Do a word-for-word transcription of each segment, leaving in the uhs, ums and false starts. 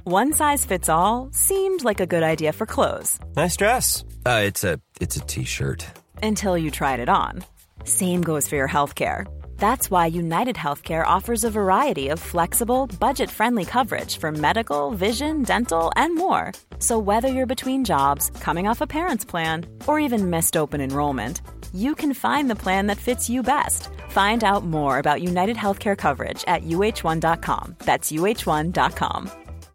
One size fits all seemed like a good idea for clothes. Nice dress. Uh, it's a it's a t-shirt. Until you tried it on. Same goes for your healthcare. That's why United Healthcare offers a variety of flexible, budget-friendly coverage for medical, vision, dental, and more. So whether you're between jobs, coming off a parent's plan, or even missed open enrollment, you can find the plan that fits you best. Find out more about United Healthcare coverage at U H one dot com. That's U H one dot com.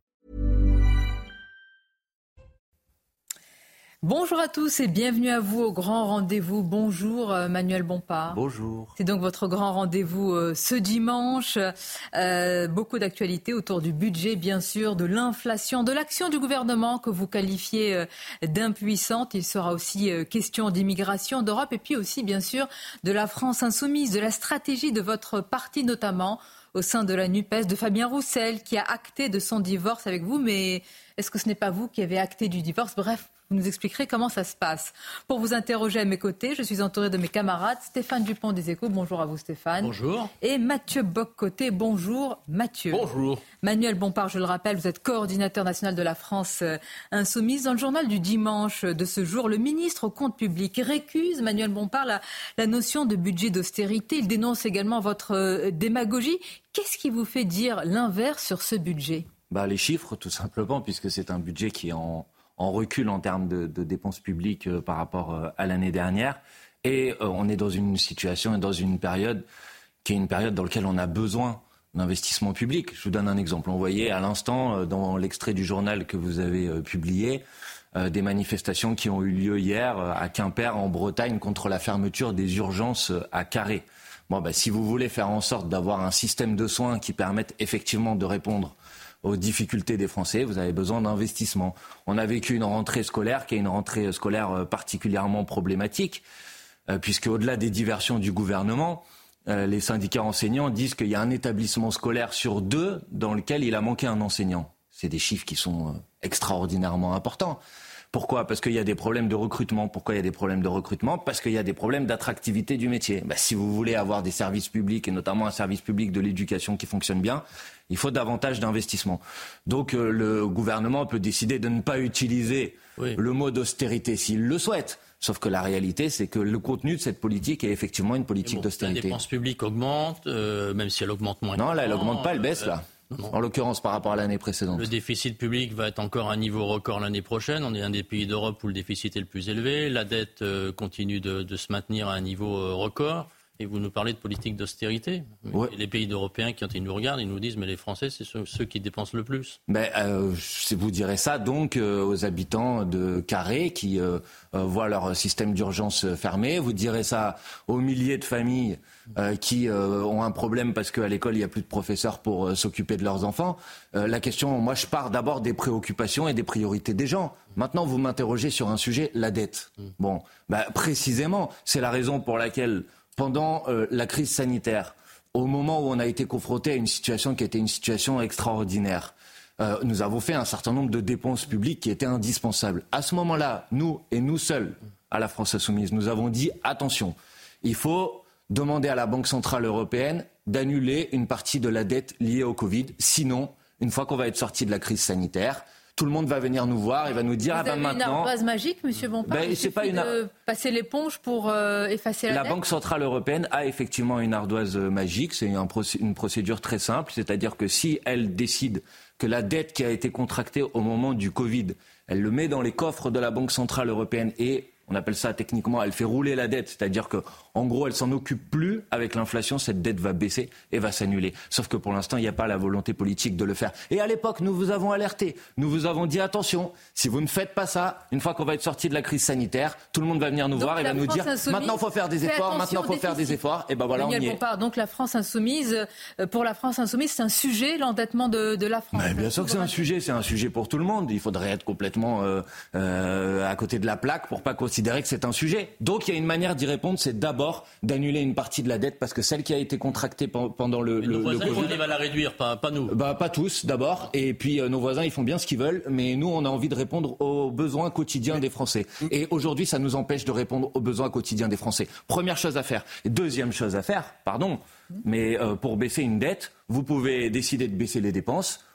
Bonjour à tous et bienvenue à vous au grand rendez-vous. Bonjour euh, Manuel Bompard. Bonjour. C'est donc votre grand rendez-vous euh, ce dimanche. Euh, beaucoup d'actualités autour du budget, bien sûr, de l'inflation, de l'action du gouvernement que vous qualifiez euh, d'impuissante. Il sera aussi euh, question d'immigration, d'Europe et puis aussi, bien sûr, de la France insoumise, de la stratégie de votre parti notamment au sein de la NUPES, de Fabien Roussel qui a acté de son divorce avec vous. Mais est-ce que ce n'est pas vous qui avez acté du divorce ? Bref. Vous nous expliquerez comment ça se passe. Pour vous interroger à mes côtés, je suis entourée de mes camarades. Stéphane Dupont des Échos, bonjour à vous Stéphane. Bonjour. Et Mathieu Bock-Côté, bonjour Mathieu. Bonjour. Manuel Bompard, je le rappelle, vous êtes coordinateur national de la France Insoumise. Dans le journal du dimanche de ce jour, le ministre au compte public récuse, Manuel Bompard, la, la notion de budget d'austérité. Il dénonce également votre démagogie. Qu'est-ce qui vous fait dire l'inverse sur ce budget ? Bah, les chiffres, tout simplement, puisque c'est un budget qui est en... en recul en termes de, de dépenses publiques euh, par rapport euh, à l'année dernière. Et euh, on est dans une situation et dans une période qui est une période dans laquelle on a besoin d'investissement public. Je vous donne un exemple. On voyait à l'instant, euh, dans l'extrait du journal que vous avez euh, publié, euh, des manifestations qui ont eu lieu hier euh, à Quimper, en Bretagne, contre la fermeture des urgences euh, à Carré. Bon, bah, si vous voulez faire en sorte d'avoir un système de soins qui permette effectivement de répondre aux difficultés des Français, vous avez besoin d'investissement. On a vécu une rentrée scolaire qui est une rentrée scolaire particulièrement problématique, euh, puisque au-delà des diversions du gouvernement, euh, les syndicats enseignants disent qu'il y a un établissement scolaire sur deux dans lequel il a manqué un enseignant. C'est des chiffres qui sont euh, extraordinairement importants. Pourquoi ? Parce qu'il y a des problèmes de recrutement. Pourquoi il y a des problèmes de recrutement ? Parce qu'il y a des problèmes d'attractivité du métier. Bah, si vous voulez avoir des services publics, et notamment un service public de l'éducation qui fonctionne bien, il faut davantage d'investissement. Donc euh, le gouvernement peut décider de ne pas utiliser oui. le mot d'austérité s'il le souhaite. Sauf que la réalité, c'est que le contenu de cette politique est effectivement une politique bon, d'austérité. La dépense publique augmente, euh, même si elle augmente moins. Non, là, elle n'augmente pas, elle baisse, euh, là. Non. En l'occurrence, par rapport à l'année précédente. Le déficit public va être encore à un niveau record l'année prochaine. On est un des pays d'Europe où le déficit est le plus élevé. La dette euh, continue de, de se maintenir à un niveau euh, record. Et vous nous parlez de politique d'austérité. Ouais. Les pays européens, quand ils nous regardent, ils nous disent « mais les Français, c'est ceux, ceux qui dépensent le plus ». Mais euh, vous direz ça donc euh, aux habitants de Carré qui euh, euh, voient leur système d'urgence fermé. Vous direz ça aux milliers de familles euh, qui euh, ont un problème parce qu'à l'école, il n'y a plus de professeurs pour euh, s'occuper de leurs enfants. Euh, la question, moi, je pars d'abord des préoccupations et des priorités des gens. Maintenant, vous m'interrogez sur un sujet, la dette. Bon, bah, précisément, c'est la raison pour laquelle... Pendant euh, la crise sanitaire, au moment où on a été confronté à une situation qui était une situation extraordinaire, euh, nous avons fait un certain nombre de dépenses publiques qui étaient indispensables. À ce moment-là, nous et nous seuls, à la France Insoumise, nous avons dit attention, il faut demander à la Banque Centrale Européenne d'annuler une partie de la dette liée au Covid. Sinon, une fois qu'on va être sorti de la crise sanitaire, tout le monde va venir nous voir et va nous dire vous ah ben avez maintenant. Une ardoise magique, Monsieur Bompard. Ben, il c'est suffit pas une de passer l'éponge pour euh, effacer la, la dette. La Banque Centrale Européenne a effectivement une ardoise magique. C'est un procé- une procédure très simple, c'est-à-dire que si elle décide que la dette qui a été contractée au moment du Covid, elle le met dans les coffres de la Banque Centrale Européenne et on appelle ça techniquement, elle fait rouler la dette, c'est-à-dire que, en gros, elle s'en occupe plus. Avec l'inflation, cette dette va baisser et va s'annuler. Sauf que pour l'instant, il n'y a pas la volonté politique de le faire. Et à l'époque, nous vous avons alerté, nous vous avons dit attention, si vous ne faites pas ça, une fois qu'on va être sorti de la crise sanitaire, tout le monde va venir nous donc voir et va nous dire maintenant, il faut faire des efforts, maintenant, il faut faire des efforts. Et ben voilà, Daniel on y Bompard, est. Donc la France insoumise, pour la France insoumise, c'est un sujet, l'endettement de, de la France. Mais bien sûr que c'est un sujet, c'est un sujet pour tout le monde. Il faudrait être complètement euh, euh, à côté de la plaque pour pas considérer que c'est un sujet. Donc il y a une manière d'y répondre, c'est d'abord d'annuler une partie de la dette parce que celle qui a été contractée pendant le, mais le, nos voisins, le Covid. On arrive à la réduire, pas, pas nous. Bah pas tous d'abord, et puis euh, nos voisins ils font bien ce qu'ils veulent, mais nous on a envie de répondre aux besoins quotidiens des Français. Et aujourd'hui ça nous empêche de répondre aux besoins quotidiens des Français. Première chose à faire. Et deuxième chose à faire, pardon, mais euh, pour baisser une dette, vous pouvez décider de baisser les dépenses.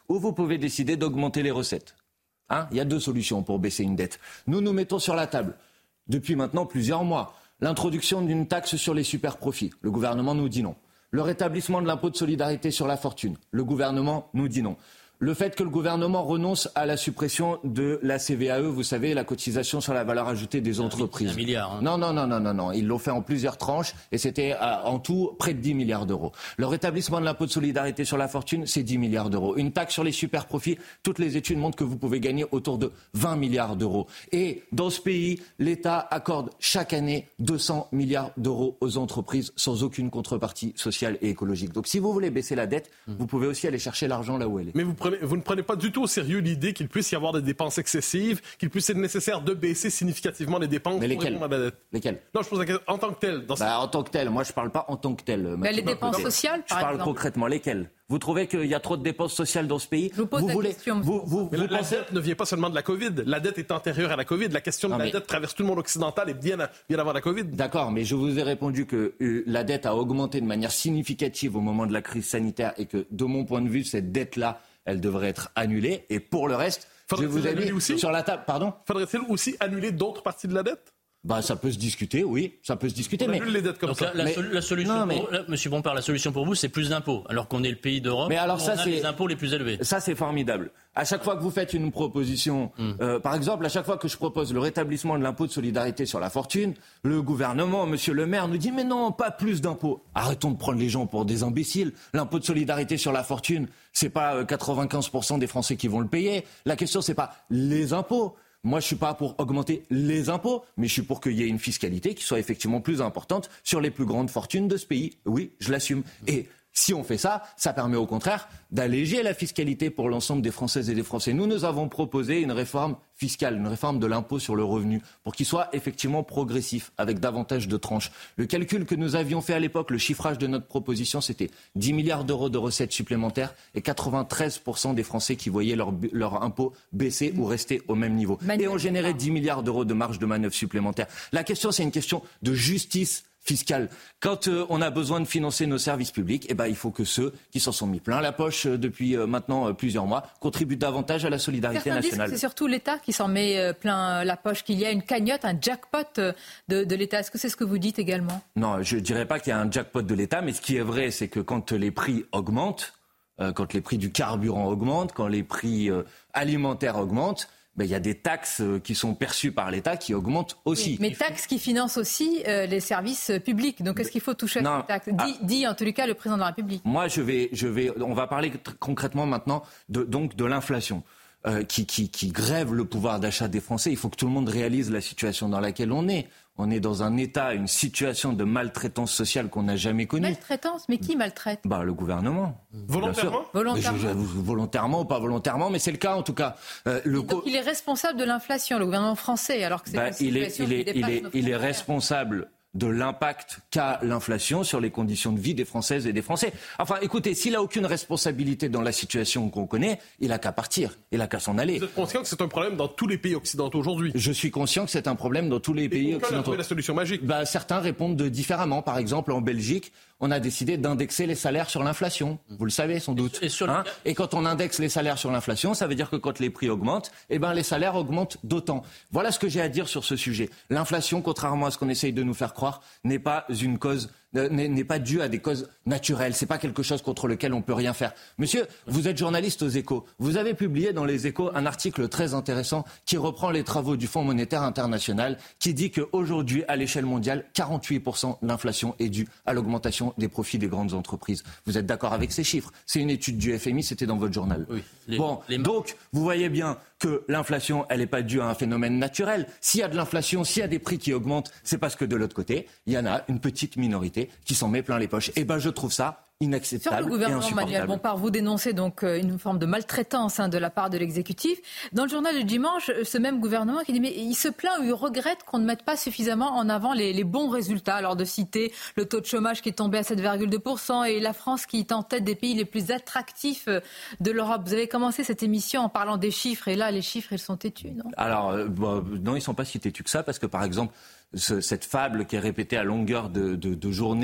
ou vous pouvez décider d'augmenter les recettes. Hein, il y a deux solutions pour baisser une dette. Nous nous mettons sur la table, depuis maintenant plusieurs mois, l'introduction d'une taxe sur les superprofits. Le gouvernement nous dit non. Le rétablissement de l'impôt de solidarité sur la fortune. Le gouvernement nous dit non. Le fait que le gouvernement renonce à la suppression de la C V A E, vous savez, la cotisation sur la valeur ajoutée des entreprises. Un milliard. Hein. Non, non, non, non, non, non. Ils l'ont fait en plusieurs tranches et c'était à, en tout près de dix milliards d'euros. Le rétablissement de l'impôt de solidarité sur la fortune, c'est dix milliards d'euros. Une taxe sur les super profits, toutes les études montrent que vous pouvez gagner autour de vingt milliards d'euros. Et dans ce pays, l'État accorde chaque année deux cents milliards d'euros aux entreprises sans aucune contrepartie sociale et écologique. Donc si vous voulez baisser la dette, mmh. vous pouvez aussi aller chercher l'argent là où elle est. Mais vous prenez Vous ne prenez pas du tout au sérieux l'idée qu'il puisse y avoir des dépenses excessives, qu'il puisse être nécessaire de baisser significativement les dépenses Mais pour lesquelles répondre à la dette. Lesquelles Non, je pose la question en tant que tel. Dans bah, en tant que tel, moi je ne parle pas en tant que tel. Mais les dépenses côté. sociales, par Je parle exemple. concrètement. Lesquelles ? Vous trouvez qu'il y a trop de dépenses sociales dans ce pays ? Je vous pose vous la voulez, question. Vous, vous, Mais vous la, pensez... la dette ne vient pas seulement de la Covid. La dette est antérieure à la Covid. La question de non, la mais... dette traverse tout le monde occidental et bien, bien avant la Covid. D'accord, mais je vous ai répondu que euh, la dette a augmenté de manière significative au moment de la crise sanitaire et que, de mon point de vue, cette dette-là, elle devrait être annulée. Et pour le reste, je vous ai mis aussi sur la table. Pardon ? Faudrait-il aussi annuler d'autres parties de la dette ? Bah, ça peut se discuter, oui, ça peut se discuter. On mais annule les dettes comme Donc ça. la, la, mais... sol- la solution, non, mais... pour, là, Monsieur Bompard, la solution pour vous, c'est plus d'impôts, alors qu'on est le pays d'Europe mais alors, où ça, on a c'est... les impôts les plus élevés. Ça, c'est formidable. À chaque fois que vous faites une proposition, mm. euh, par exemple, à chaque fois que je propose le rétablissement de l'impôt de solidarité sur la fortune, le gouvernement, Monsieur le maire, nous dit mais non, pas plus d'impôts. Arrêtons de prendre les gens pour des imbéciles. L'impôt de solidarité sur la fortune, c'est pas euh, quatre-vingt-quinze pour cent des Français qui vont le payer. La question, c'est pas les impôts. Moi, je suis pas pour augmenter les impôts, mais je suis pour qu'il y ait une fiscalité qui soit effectivement plus importante sur les plus grandes fortunes de ce pays. Oui, je l'assume. Et si on fait ça, ça permet au contraire d'alléger la fiscalité pour l'ensemble des Françaises et des Français. Nous, nous avons proposé une réforme fiscale, une réforme de l'impôt sur le revenu, pour qu'il soit effectivement progressif, avec davantage de tranches. Le calcul que nous avions fait à l'époque, le chiffrage de notre proposition, c'était dix milliards d'euros de recettes supplémentaires et quatre-vingt-treize pour cent des Français qui voyaient leur, leur impôt baisser ou rester au même niveau. Et on générait dix milliards d'euros de marge de manœuvre supplémentaire. La question, c'est une question de justice fiscale. Quand euh, on a besoin de financer nos services publics, eh ben, il faut que ceux qui s'en sont mis plein la poche euh, depuis euh, maintenant euh, plusieurs mois contribuent davantage à la solidarité Certains nationale. disent que c'est surtout l'État qui s'en met euh, plein la poche, qu'il y a une cagnotte, un jackpot euh, de, de l'État. Est-ce que c'est ce que vous dites également ? Non, je ne dirais pas qu'il y a un jackpot de l'État, mais ce qui est vrai, c'est que quand les prix augmentent, euh, quand les prix du carburant augmentent, quand les prix euh, alimentaires augmentent, ben, il y a des taxes qui sont perçues par l'État qui augmentent aussi. Oui, mais taxes qui financent aussi euh, les services publics. Donc est-ce qu'il faut toucher à ces taxes ? Dit, ah, dit en tous les cas le président de la République. Moi, je vais, je vais, on va parler t- concrètement maintenant de, donc, de l'inflation. Euh, qui, qui, qui grève le pouvoir d'achat des Français. Il faut que tout le monde réalise la situation dans laquelle on est. On est dans un état, une situation de maltraitance sociale qu'on n'a jamais connue. Maltraitance ? Mais qui maltraite ? Bah, le gouvernement. Volontairement ? Volontairement. Je, je, volontairement ou pas volontairement, mais c'est le cas en tout cas. Euh, le Donc co- il est responsable de l'inflation, le gouvernement français, alors que c'est bah, une situation il est, il qui est, dépasse il est, nos il est frontières. responsable de l'impact qu'a l'inflation sur les conditions de vie des Françaises et des Français. Enfin, écoutez, s'il n'a aucune responsabilité dans la situation qu'on connaît, il n'a qu'à partir, il n'a qu'à s'en aller. Vous êtes conscient que c'est un problème dans tous les pays occidentaux aujourd'hui ? Je suis conscient que c'est un problème dans tous les Et pays aucun n'a occidentaux. trouvé la solution magique. Bah, certains répondent de différemment. Par exemple, en Belgique, on a décidé d'indexer les salaires sur l'inflation. Vous le savez sans doute. Et, sur le... hein et quand on indexe les salaires sur l'inflation, ça veut dire que quand les prix augmentent, eh ben, les salaires augmentent d'autant. Voilà ce que j'ai à dire sur ce sujet. L'inflation, contrairement à ce qu'on essaye de nous faire croire, n'est pas une cause, n'est, n'est pas due à des causes naturelles. C'est pas quelque chose contre lequel on peut rien faire. Monsieur, vous êtes journaliste aux Échos. Vous avez publié dans les Échos un article très intéressant qui reprend les travaux du Fonds monétaire international, qui dit qu'aujourd'hui, à l'échelle mondiale, quarante-huit pour cent de l'inflation est due à l'augmentation des profits des grandes entreprises. Vous êtes d'accord avec ces chiffres ? C'est une étude du F M I, c'était dans votre journal. Oui, les, bon, les... donc, vous voyez bien que l'inflation, elle n'est pas due à un phénomène naturel. S'il y a de l'inflation, s'il y a des prix qui augmentent, c'est parce que de l'autre côté, il y en a une petite minorité qui s'en met plein les poches. Et ben, je trouve ça inacceptable Sur le gouvernement, et insupportable. Manuel Bompard, vous dénoncez donc une forme de maltraitance hein, de la part de l'exécutif. Dans le journal du dimanche, ce même gouvernement qui dit mais il se plaint ou il regrette qu'on ne mette pas suffisamment en avant les, les bons résultats. Alors de citer le taux de chômage qui est tombé à sept virgule deux pour cent et la France qui est en tête des pays les plus attractifs de l'Europe. Vous avez commencé cette émission en parlant des chiffres et là les chiffres ils sont têtus, non ? Alors euh, bon, non, ils sont pas si têtus que ça parce que par exemple ce, cette fable qui est répétée à longueur de, de, de journée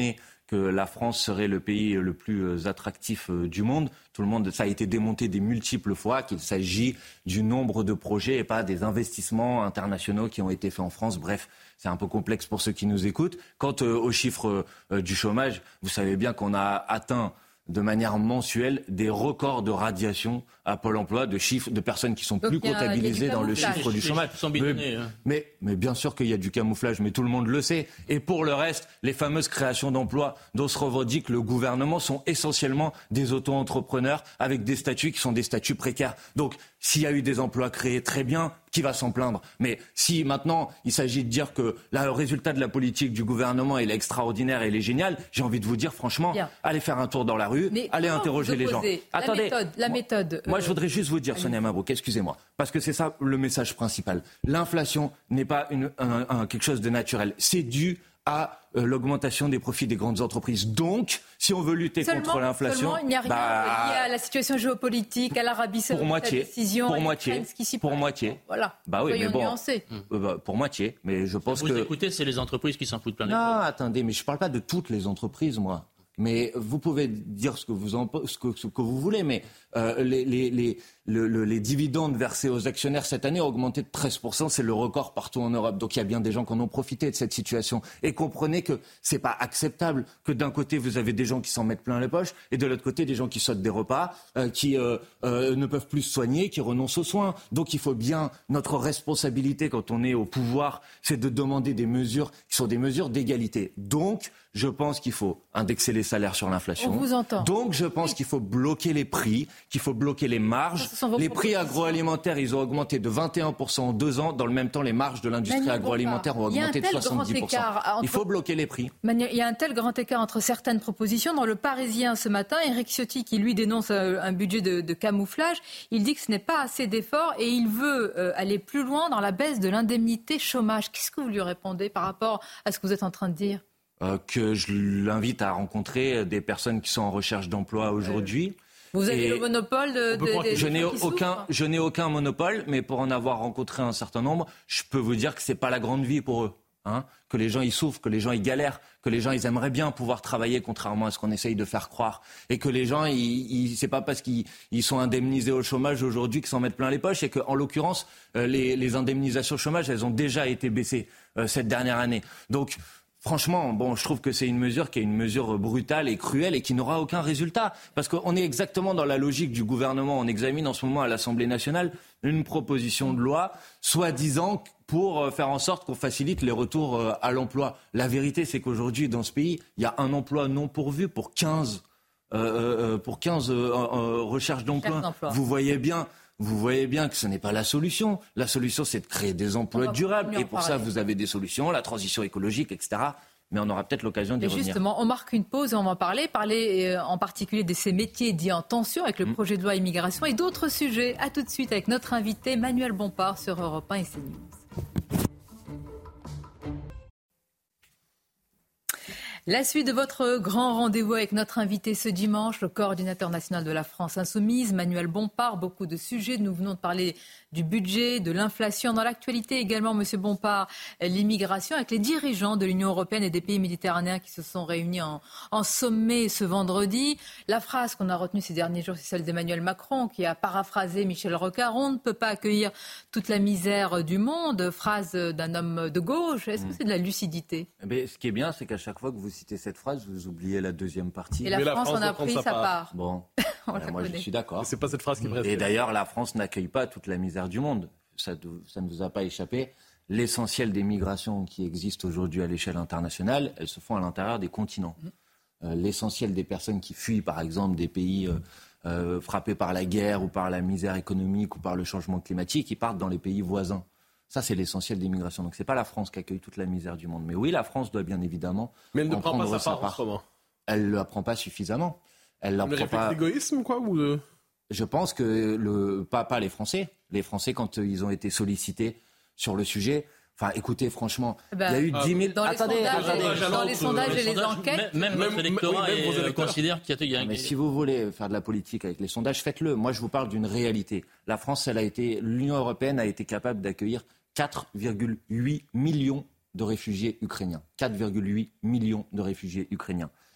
que la France serait le pays le plus attractif du monde. Tout le monde, ça a été démonté des multiples fois, qu'il s'agit du nombre de projets et pas des investissements internationaux qui ont été faits en France. Bref, c'est un peu complexe pour ceux qui nous écoutent. Quant euh, aux chiffres euh, du chômage, vous savez bien qu'on a atteint de manière mensuelle des records de radiation à Pôle emploi, de chiffres de personnes qui sont Donc plus comptabilisées dans le chiffre du chômage. Mais, hein. mais, mais bien sûr qu'il y a du camouflage, mais tout le monde le sait. Et pour le reste, les fameuses créations d'emplois dont se revendique le gouvernement sont essentiellement des auto-entrepreneurs avec des statuts qui sont des statuts précaires. Donc, s'il y a eu des emplois créés, très bien, qui va s'en plaindre ? Mais si maintenant il s'agit de dire que là, le résultat de la politique du gouvernement il est extraordinaire et il est génial, j'ai envie de vous dire franchement, bien. allez faire un tour dans la rue, Mais allez interroger les gens. La Attendez, méthode, la moi, méthode. Moi, euh... je voudrais juste vous dire, Sonia Mabrouk, excusez-moi, parce que c'est ça le message principal. L'inflation n'est pas une, un, un, quelque chose de naturel. C'est dû à euh, l'augmentation des profits des grandes entreprises. Donc, si on veut lutter seulement, contre l'inflation... Seulement, il n'y a rien bah, lié à la situation géopolitique, à l'Arabie Saoudite, pour moitié, la décision... Pour moitié, pour passe. moitié. Voilà, bah oui, mais bon, nuancer. Euh, bah, pour moitié, mais je pense vous que... Vous écoutez, c'est les entreprises qui s'en foutent plein les Non, attendez, mais je ne parle pas de toutes les entreprises, moi. Mais vous pouvez dire ce que vous, en, ce que, ce que vous voulez, mais euh, les, les, les, le, le, les dividendes versés aux actionnaires cette année ont augmenté de treize pour cent, c'est le record partout en Europe. Donc il y a bien des gens qui en ont profité de cette situation. Et comprenez que c'est pas acceptable que d'un côté vous avez des gens qui s'en mettent plein les poches et de l'autre côté des gens qui sautent des repas, euh, qui euh, euh, ne peuvent plus se soigner, qui renoncent aux soins. Donc il faut bien, notre responsabilité quand on est au pouvoir, c'est de demander des mesures qui sont des mesures d'égalité. Donc je pense qu'il faut indexer les salaires sur l'inflation. On vous entend. Donc, je pense oui. qu'il faut bloquer les prix, qu'il faut bloquer les marges. Les prix agroalimentaires, ils ont augmenté de vingt et un pour cent en deux ans. Dans le même temps, les marges de l'industrie Manuel agroalimentaire ont augmenté de soixante-dix pour cent. Entre... Il faut bloquer les prix. Manuel, il y a un tel grand écart entre certaines propositions. Dans Le Parisien ce matin, Éric Ciotti, qui lui dénonce un budget de, de camouflage, il dit que ce n'est pas assez d'efforts et il veut euh, aller plus loin dans la baisse de l'indemnité chômage. Qu'est-ce que vous lui répondez par rapport à ce que vous êtes en train de dire ? Euh, que je l'invite à rencontrer des personnes qui sont en recherche d'emploi aujourd'hui. Euh, vous avez le monopole de, de, des je n'ai aucun, je n'ai aucun monopole, mais pour en avoir rencontré un certain nombre, je peux vous dire que c'est pas la grande vie pour eux. Hein, que les gens y souffrent, que les gens y galèrent, que les gens ils aimeraient bien pouvoir travailler contrairement à ce qu'on essaye de faire croire, et que les gens, ils, ils, c'est pas parce qu'ils ils sont indemnisés au chômage aujourd'hui qu'ils s'en mettent plein les poches, et que en l'occurrence euh, les, les indemnisations au chômage elles ont déjà été baissées euh, cette dernière année. Donc franchement, bon, je trouve que c'est une mesure qui est une mesure brutale et cruelle et qui n'aura aucun résultat. Parce qu'on est exactement dans la logique du gouvernement. On examine en ce moment à l'Assemblée nationale une proposition de loi, soi-disant pour faire en sorte qu'on facilite les retours à l'emploi. La vérité, c'est qu'aujourd'hui, dans ce pays, il y a un emploi non pourvu pour quinze, euh, pour quinze euh, euh, recherches d'emploi. Vous voyez bien... Vous voyez bien que ce n'est pas la solution. La solution, c'est de créer des emplois durables. Et pour ça, vous avez des solutions, la transition écologique, et cetera. Mais on aura peut-être l'occasion d'y revenir. Justement, on marque une pause et on va en parler. Parler euh, en particulier de ces métiers dits en tension avec le mmh. projet de loi immigration et d'autres sujets. À tout de suite avec notre invité Manuel Bompard sur Europe un et CNews. La suite de votre grand rendez-vous avec notre invité ce dimanche, le coordinateur national de la France Insoumise, Manuel Bompard. Beaucoup de sujets. Nous venons de parler du budget, de l'inflation. Dans l'actualité également, Monsieur Bompard, l'immigration avec les dirigeants de l'Union européenne et des pays méditerranéens qui se sont réunis en, en sommet ce vendredi. La phrase qu'on a retenue ces derniers jours, c'est celle d'Emmanuel Macron qui a paraphrasé Michel Rocard. On ne peut pas accueillir toute la misère du monde. Phrase d'un homme de gauche. Est-ce que c'est de la lucidité ? Mais ce qui est bien, c'est qu'à chaque fois que vous citez cette phrase, vous oubliez la deuxième partie. Et la, France, la France en a pris sa part. part. Bon, ben moi je suis d'accord. Mais c'est pas cette phrase qui me reste. Et d'ailleurs, la France n'accueille pas toute la misère du monde. Ça, ça ne vous a pas échappé. L'essentiel des migrations qui existent aujourd'hui à l'échelle internationale, elles se font à l'intérieur des continents. Mmh. Euh, l'essentiel des personnes qui fuient, par exemple, des pays euh, euh, frappés par la guerre ou par la misère économique ou par le changement climatique, ils partent dans les pays voisins. Ça, c'est l'essentiel des migrations. Donc, ce n'est pas la France qui accueille toute la misère du monde. Mais oui, la France doit bien évidemment. Mais elle ne en prend pas sa sa part, part. en ce moment. Elle ne la prend pas suffisamment. Elle la Le prend pas. d'égoïsme, quoi ou de... Je pense que le pas, pas les Français. Les Français, quand ils ont été sollicités sur le sujet. Enfin, écoutez, franchement, ben, il y a eu euh, dix mille... Dans attendez, les sondages, attendez. dans les sondages et les enquêtes... Même, même votre électorat oui, même considère qu'il y a... Mais si vous voulez faire de la politique avec les sondages, faites-le. Moi, je vous parle d'une réalité. La France, elle a été... L'Union européenne a été capable d'accueillir quatre virgule huit millions de réfugiés ukrainiens. quatre virgule huit millions de réfugiés ukrainiens.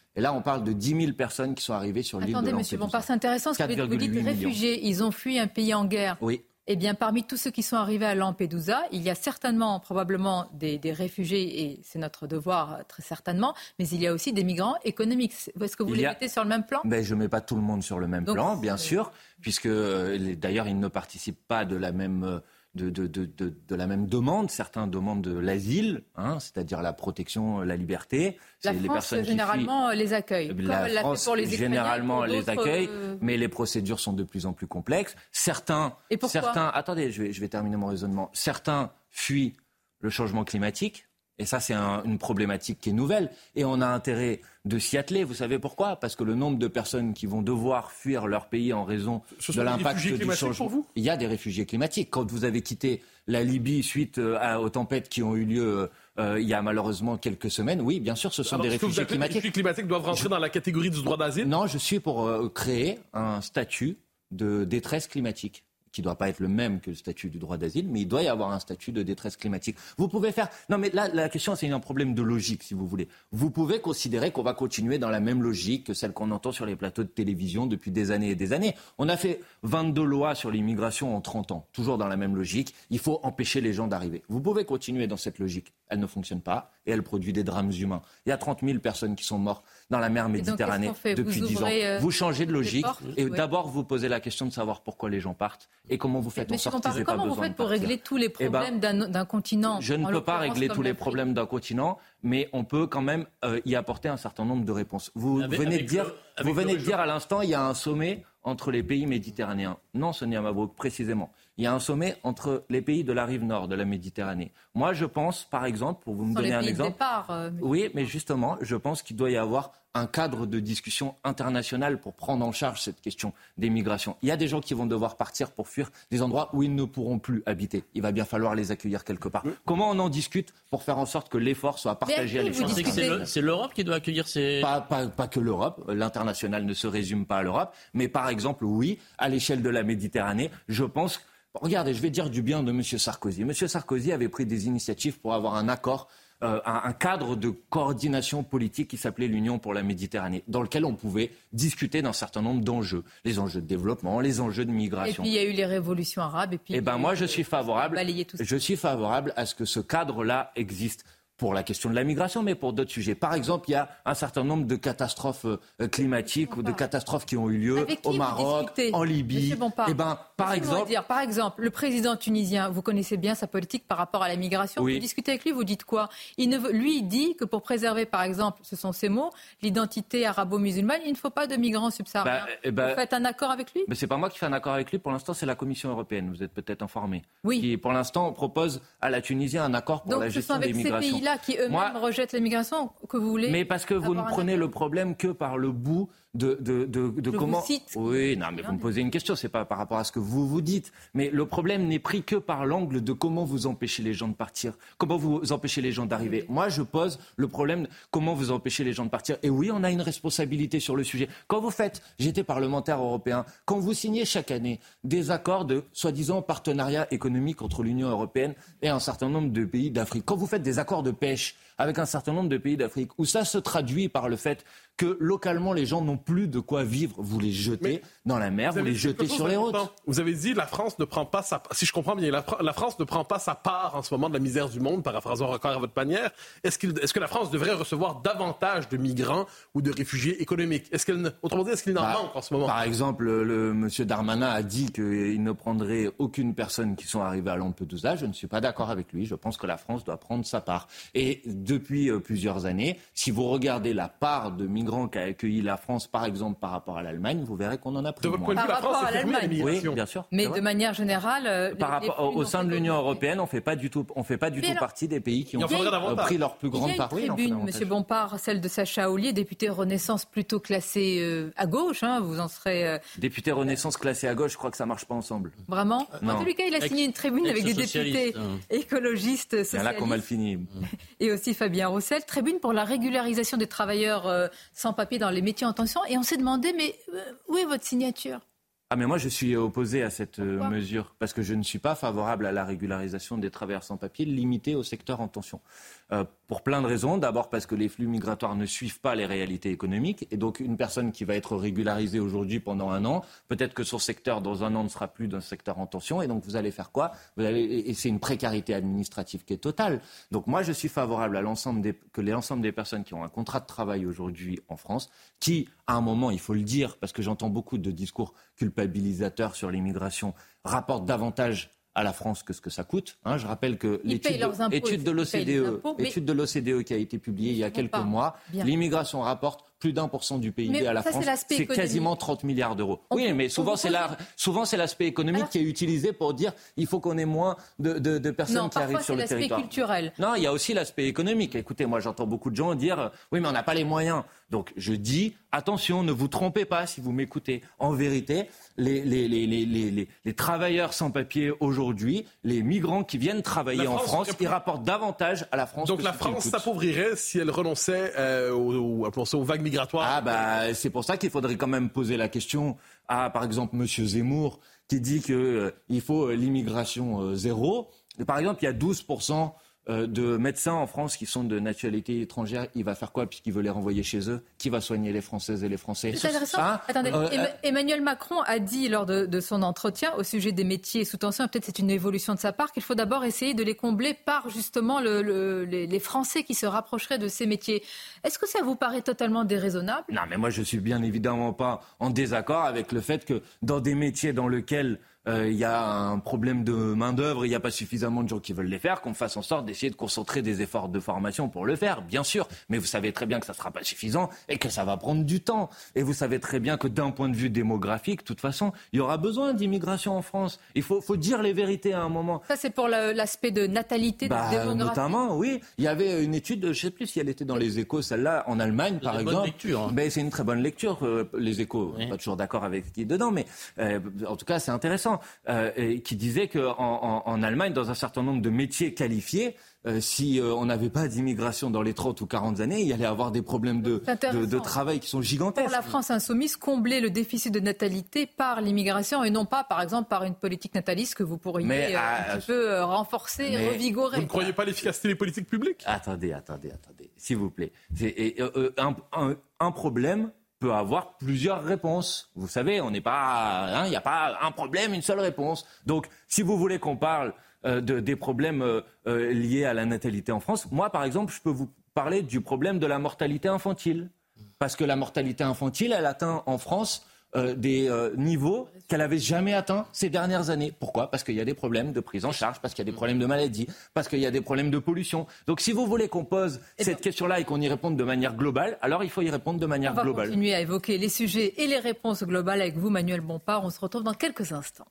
Et là, on parle de dix mille personnes qui sont arrivées sur l'île Attendez, de Lampedusa. Attendez, monsieur Bompard, c'est intéressant ce que vous dites. Les réfugiés, ils ont fui un pays en guerre. Oui. Eh bien, parmi tous ceux qui sont arrivés à Lampedusa, il y a certainement, probablement, des, des réfugiés, et c'est notre devoir, très certainement, mais il y a aussi des migrants économiques. Est-ce que vous il les a... mettez sur le même plan ? Ben, je ne mets pas tout le monde sur le même Donc, plan, bien c'est... sûr, puisque d'ailleurs, ils ne participent pas de la même... De, de, de, de, de la même demande. Certains demandent de l'asile, hein, c'est-à-dire la protection, la liberté. La c'est France, les personnes généralement, qui les accueille. La Comme France, pour les généralement, les accueille, euh... mais les procédures sont de plus en plus complexes. Certains... Et pourquoi ? certains, attendez, je vais, je vais terminer mon raisonnement. Certains fuient le changement climatique. Et ça, c'est un, une problématique qui est nouvelle. Et on a intérêt de s'y atteler. Vous savez pourquoi ? Parce que le nombre de personnes qui vont devoir fuir leur pays en raison Ce de l'impact du changement... Pour vous ? Il y a des réfugiés climatiques. Quand vous avez quitté la Libye suite à, aux tempêtes qui ont eu lieu euh, il y a malheureusement quelques semaines, oui, bien sûr, ce sont Alors, des réfugiés climatiques. Les réfugiés climatiques doivent rentrer je... dans la catégorie du droit d'asile ? Non, je suis pour euh, créer un statut de détresse climatique, qui ne doit pas être le même que le statut du droit d'asile, mais il doit y avoir un statut de détresse climatique. Vous pouvez faire... Non, mais là, la question, c'est un problème de logique, si vous voulez. Vous pouvez considérer qu'on va continuer dans la même logique que celle qu'on entend sur les plateaux de télévision depuis des années et des années. On a fait vingt-deux lois sur l'immigration en trente ans, toujours dans la même logique. Il faut empêcher les gens d'arriver. Vous pouvez continuer dans cette logique. Elle ne fonctionne pas et elle produit des drames humains. Il y a trente mille personnes qui sont mortes dans la mer Méditerranée depuis dix ans. Euh, vous changez de logique et oui. D'abord vous posez la question de savoir pourquoi les gens partent et comment vous faites en sorte qu'ils n'aient pas besoin de partir. Comment vous faites pour régler tous les problèmes eh ben, d'un, d'un continent ? Je ne peux pas régler tous les problèmes d'un continent, mais on peut quand même euh, y apporter un certain nombre de réponses. Vous avec, venez, avec de, dire, le, vous venez de dire à l'instant, il y a un sommet entre les pays méditerranéens. Non, Sonia Mabrouk, précisément. Il y a un sommet entre les pays de la rive nord de la Méditerranée. Moi, je pense, par exemple, pour vous me donner un exemple... Départ, euh, mais... Oui, mais justement, je pense qu'il doit y avoir un cadre de discussion international pour prendre en charge cette question des migrations. Il y a des gens qui vont devoir partir pour fuir des endroits où ils ne pourront plus habiter. Il va bien falloir les accueillir quelque part. Oui. Comment on en discute pour faire en sorte que l'effort soit partagé à l'échelle ? C'est, c'est, le, c'est l'Europe qui doit accueillir ces... Pas, pas, pas que l'Europe. L'international ne se résume pas à l'Europe. Mais par exemple, oui, à l'échelle de la Méditerranée, je pense... Regardez, je vais dire du bien de M. Sarkozy. M. Sarkozy avait pris des initiatives pour avoir un accord, euh, un, un cadre de coordination politique qui s'appelait l'Union pour la Méditerranée, dans lequel on pouvait discuter d'un certain nombre d'enjeux. Les enjeux de développement, les enjeux de migration. Et puis il y a eu les révolutions arabes. Et puis eh ben moi, je suis favorable. Je suis favorable à ce que ce cadre-là existe. Pour la question de la migration, mais pour d'autres sujets. Par exemple, il y a un certain nombre de catastrophes euh, climatiques ou de catastrophes qui ont eu lieu au Maroc, en Libye. Eh ben, par exemple, dire, par exemple, le président tunisien, vous connaissez bien sa politique par rapport à la migration. Oui. Vous discutez avec lui, vous dites quoi ? Il ne veut, lui, il dit que pour préserver, par exemple, ce sont ses mots, l'identité arabo-musulmane, il ne faut pas de migrants subsahariens. Bah, eh ben, vous faites un accord avec lui ? Mais c'est pas moi qui fais un accord avec lui. Pour l'instant, c'est la Commission européenne. Vous êtes peut-être informé. Oui. Qui, pour l'instant, propose à la Tunisie un accord pour Donc, la gestion des migrations. Qui eux-mêmes Moi, rejettent l'immigration, que vous voulez. Mais parce que vous ne prenez le problème que par le bout de, de, de, de Je comment. Vous cite. Oui, non, mais vous me posez une question, c'est pas par rapport à ce que vous vous dites. Mais le problème n'est pris que par l'angle de comment vous empêchez les gens de partir, comment vous empêchez les gens d'arriver. Moi, je pose le problème de comment vous empêchez les gens de partir. Et oui, on a une responsabilité sur le sujet. Quand vous faites, j'étais parlementaire européen, quand vous signez chaque année des accords de soi-disant partenariat économique entre l'Union européenne et un certain nombre de pays d'Afrique, quand vous faites des accords de pêche avec un certain nombre de pays d'Afrique, où ça se traduit par le fait que localement les gens n'ont plus de quoi vivre, vous les jetez Mais dans la mer, vous, vous les jetez sur les routes. Vous avez dit la France ne prend pas sa, si je comprends bien, la, la France ne prend pas sa part en ce moment de la misère du monde, paraphrasant encore à votre manière. Est-ce, qu'il, est-ce que la France devrait recevoir davantage de migrants ou de réfugiés économiques ? Est-ce qu'elle, autrement dit, est-ce qu'il en bah, manque en ce moment ? Par exemple, le, le monsieur Darmanin a dit qu'il ne prendrait aucune personne qui sont arrivées à Lampedusa. Je ne suis pas d'accord avec lui. Je pense que la France doit prendre sa part. Et depuis euh, plusieurs années, si vous regardez la part de migrants qu'a accueilli la France, par exemple, par rapport à l'Allemagne, vous verrez qu'on en a plus. De votre point de vue, la France est fermée à l'immigration. Oui, bien sûr. Mais de manière générale, par rapport au sein de l'Union européenne, on fait pas du tout, on fait pas du tout alors, partie des pays qui ont pris leur plus grande part. Il y a une tribune, Monsieur Bompard, celle de Sacha Houlier, député Renaissance plutôt classé euh, à gauche. Hein, vous en serez. Euh... Député Renaissance classé à gauche, je crois que ça marche pas ensemble. Vraiment ? Non. En tous les cas, il a signé une tribune avec des députés hein. écologistes, socialistes. C'est là qu'on mal fini. Et aussi Fabien Roussel, tribune pour la régularisation des travailleurs euh, sans papier dans les métiers en tension. Et on s'est demandé, mais euh, où est votre signature ? Ah mais moi je suis opposé à cette Pourquoi ? mesure parce que je ne suis pas favorable à la régularisation des travailleurs sans papier limitée au secteur en tension. Euh, pour plein de raisons. D'abord parce que les flux migratoires ne suivent pas les réalités économiques et donc une personne qui va être régularisée aujourd'hui pendant un an, peut-être que son secteur dans un an ne sera plus d'un secteur en tension et donc vous allez faire quoi ? Vous allez et c'est une précarité administrative qui est totale. Donc moi je suis favorable à l'ensemble des que l'ensemble des personnes qui ont un contrat de travail aujourd'hui en France, qui à un moment il faut le dire parce que j'entends beaucoup de discours culpabilisateurs sur l'immigration, rapportent davantage à la France que ce que ça coûte. Hein, je rappelle que ils l'étude de, étude de l'O C D E, impôts, étude de l'O C D E qui a été publiée il y a quelques pas. mois, Bien. l'immigration rapporte plus d'un pour cent du P I B mais à la ça, France. C'est, c'est quasiment trente milliards d'euros. On oui, peut, mais souvent c'est, la, souvent c'est l'aspect économique Alors, qui est utilisé pour dire il faut qu'on ait moins de, de, de personnes non, qui arrivent sur le territoire. Culturel. Non, il y a aussi l'aspect économique. Écoutez, moi j'entends beaucoup de gens dire oui, mais on n'a pas les moyens. Donc je dis attention, ne vous trompez pas si vous m'écoutez. En vérité, les, les, les, les, les, les, les travailleurs sans papier aujourd'hui, les migrants qui viennent travailler France, en France, ils rapportent davantage à la France. Donc la France s'appauvrirait si elle renonçait euh, aux, aux, aux vagues migratoires. Ah bah c'est pour ça qu'il faudrait quand même poser la question à par exemple Monsieur Zemmour qui dit que euh, il faut l'immigration euh, zéro. Et, par exemple, il y a douze pour cent de médecins en France qui sont de nationalité étrangère. Il va faire quoi puisqu'il veut les renvoyer chez eux ? Qui va soigner les Françaises et les Français ? C'est intéressant. Hein Attendez, euh, euh, Emmanuel Macron a dit lors de, de son entretien au sujet des métiers sous tension, et peut-être c'est une évolution de sa part, qu'il faut d'abord essayer de les combler par justement le, le, les, les Français qui se rapprocheraient de ces métiers. Est-ce que ça vous paraît totalement déraisonnable ? Non, mais moi je suis bien évidemment pas en désaccord avec le fait que dans des métiers dans lesquels il euh, y a un problème de main-d'œuvre, il n'y a pas suffisamment de gens qui veulent les faire, qu'on fasse en sorte d'essayer de concentrer des efforts de formation pour le faire, bien sûr. Mais vous savez très bien que ça ne sera pas suffisant et que ça va prendre du temps. Et vous savez très bien que d'un point de vue démographique, de toute façon, il y aura besoin d'immigration en France. Il faut, faut dire les vérités à un moment. Ça, c'est pour le, l'aspect de natalité, bah, de démographie. Notamment, oui. Il y avait une étude, je ne sais plus si elle était dans les Échos, celle-là, en Allemagne, c'est par exemple. Lecture, hein. Mais c'est une très bonne lecture, euh, les Échos. Oui. Pas toujours d'accord avec ce qui est dedans, mais euh, en tout cas, c'est intéressant. Euh, et qui disait qu'en en, en Allemagne, dans un certain nombre de métiers qualifiés, euh, si euh, on n'avait pas d'immigration dans les trente ou quarante années, il y allait avoir des problèmes de, de, de travail qui sont gigantesques. Pour la France insoumise, combler le déficit de natalité par l'immigration et non pas, par exemple, par une politique nataliste que vous pourriez mais, euh, ah, un petit peu euh, renforcer, mais, revigorer. Vous ne croyez pas à l'efficacité des politiques publiques ? Attendez, attendez, attendez, s'il vous plaît. C'est, et, euh, un, un, un problème peut avoir plusieurs réponses. Vous savez, on n'est pas, il hein, n'y a pas un problème, une seule réponse. Donc, si vous voulez qu'on parle euh, de, des problèmes euh, euh, liés à la natalité en France, moi, par exemple, je peux vous parler du problème de la mortalité infantile. Parce que la mortalité infantile, elle atteint en France euh, des euh, niveaux qu'elle n'avait jamais atteints ces dernières années. Pourquoi ? Parce qu'il y a des problèmes de prise en charge, parce qu'il y a des problèmes de maladie, parce qu'il y a des problèmes de pollution. Donc si vous voulez qu'on pose et cette ben, question-là et qu'on y réponde de manière globale, alors il faut y répondre de manière globale. On va continuer à évoquer les sujets et les réponses globales avec vous, Manuel Bompard. On se retrouve dans quelques instants.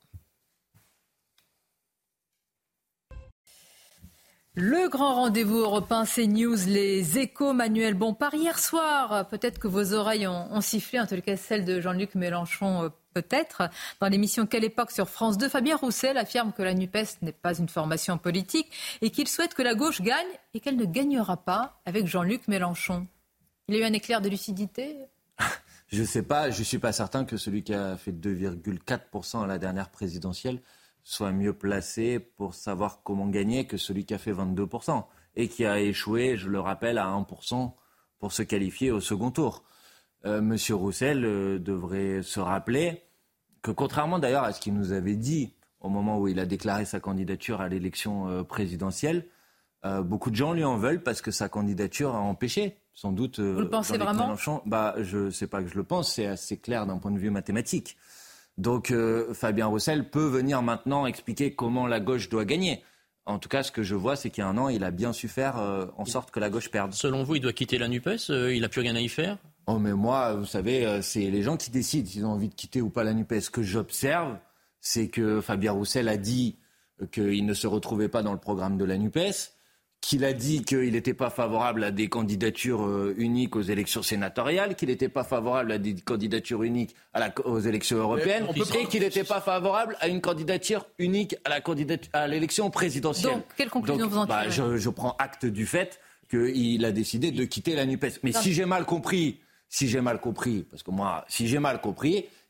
Le grand rendez-vous européen CNews, les Échos, Manuel Bompard. Hier soir, peut-être que vos oreilles ont, ont sifflé, en tout cas celle de Jean-Luc Mélenchon, euh, peut-être. Dans l'émission Quelle époque sur France deux, Fabien Roussel affirme que la NUPES n'est pas une formation politique et qu'il souhaite que la gauche gagne et qu'elle ne gagnera pas avec Jean-Luc Mélenchon. Il y a eu un éclair de lucidité ? Je ne sais pas, je ne suis pas certain que celui qui a fait deux virgule quatre pour cent à la dernière présidentielle soit mieux placé pour savoir comment gagner que celui qui a fait vingt-deux pour cent et qui a échoué, je le rappelle, à un pour cent pour se qualifier au second tour. Euh, Monsieur Roussel euh, devrait se rappeler que, contrairement d'ailleurs à ce qu'il nous avait dit au moment où il a déclaré sa candidature à l'élection euh, présidentielle, euh, beaucoup de gens lui en veulent parce que sa candidature a empêché, sans doute... Euh, Vous le pensez vraiment ? Mélenchon. Bah, je ne sais pas que je le pense, c'est assez clair d'un point de vue mathématique. Donc euh, Fabien Roussel peut venir maintenant expliquer comment la gauche doit gagner. En tout cas, ce que je vois, c'est qu'il y a un an, il a bien su faire euh, en sorte que la gauche perde. Selon vous, il doit quitter la NUPES ? euh, Il n'a plus rien à y faire ? Oh, mais moi, vous savez, euh, c'est les gens qui décident s'ils ont envie de quitter ou pas la NUPES. Ce que j'observe, c'est que Fabien Roussel a dit euh, qu'il ne se retrouvait pas dans le programme de la NUPES, qu'il a dit qu'il n'était pas favorable à des candidatures euh, uniques aux élections sénatoriales, qu'il n'était pas favorable à des candidatures uniques à la, aux élections européennes, et qu'il n'était pas favorable à une candidature unique à, la candidature, à l'élection présidentielle. Donc, quelle conclusion Donc, vous en bah, tirez ? je, je prends acte du fait qu'il a décidé de quitter la NUPES. Mais non. si j'ai mal compris, si j'ai mal compris, parce que moi, si j'ai mal compris...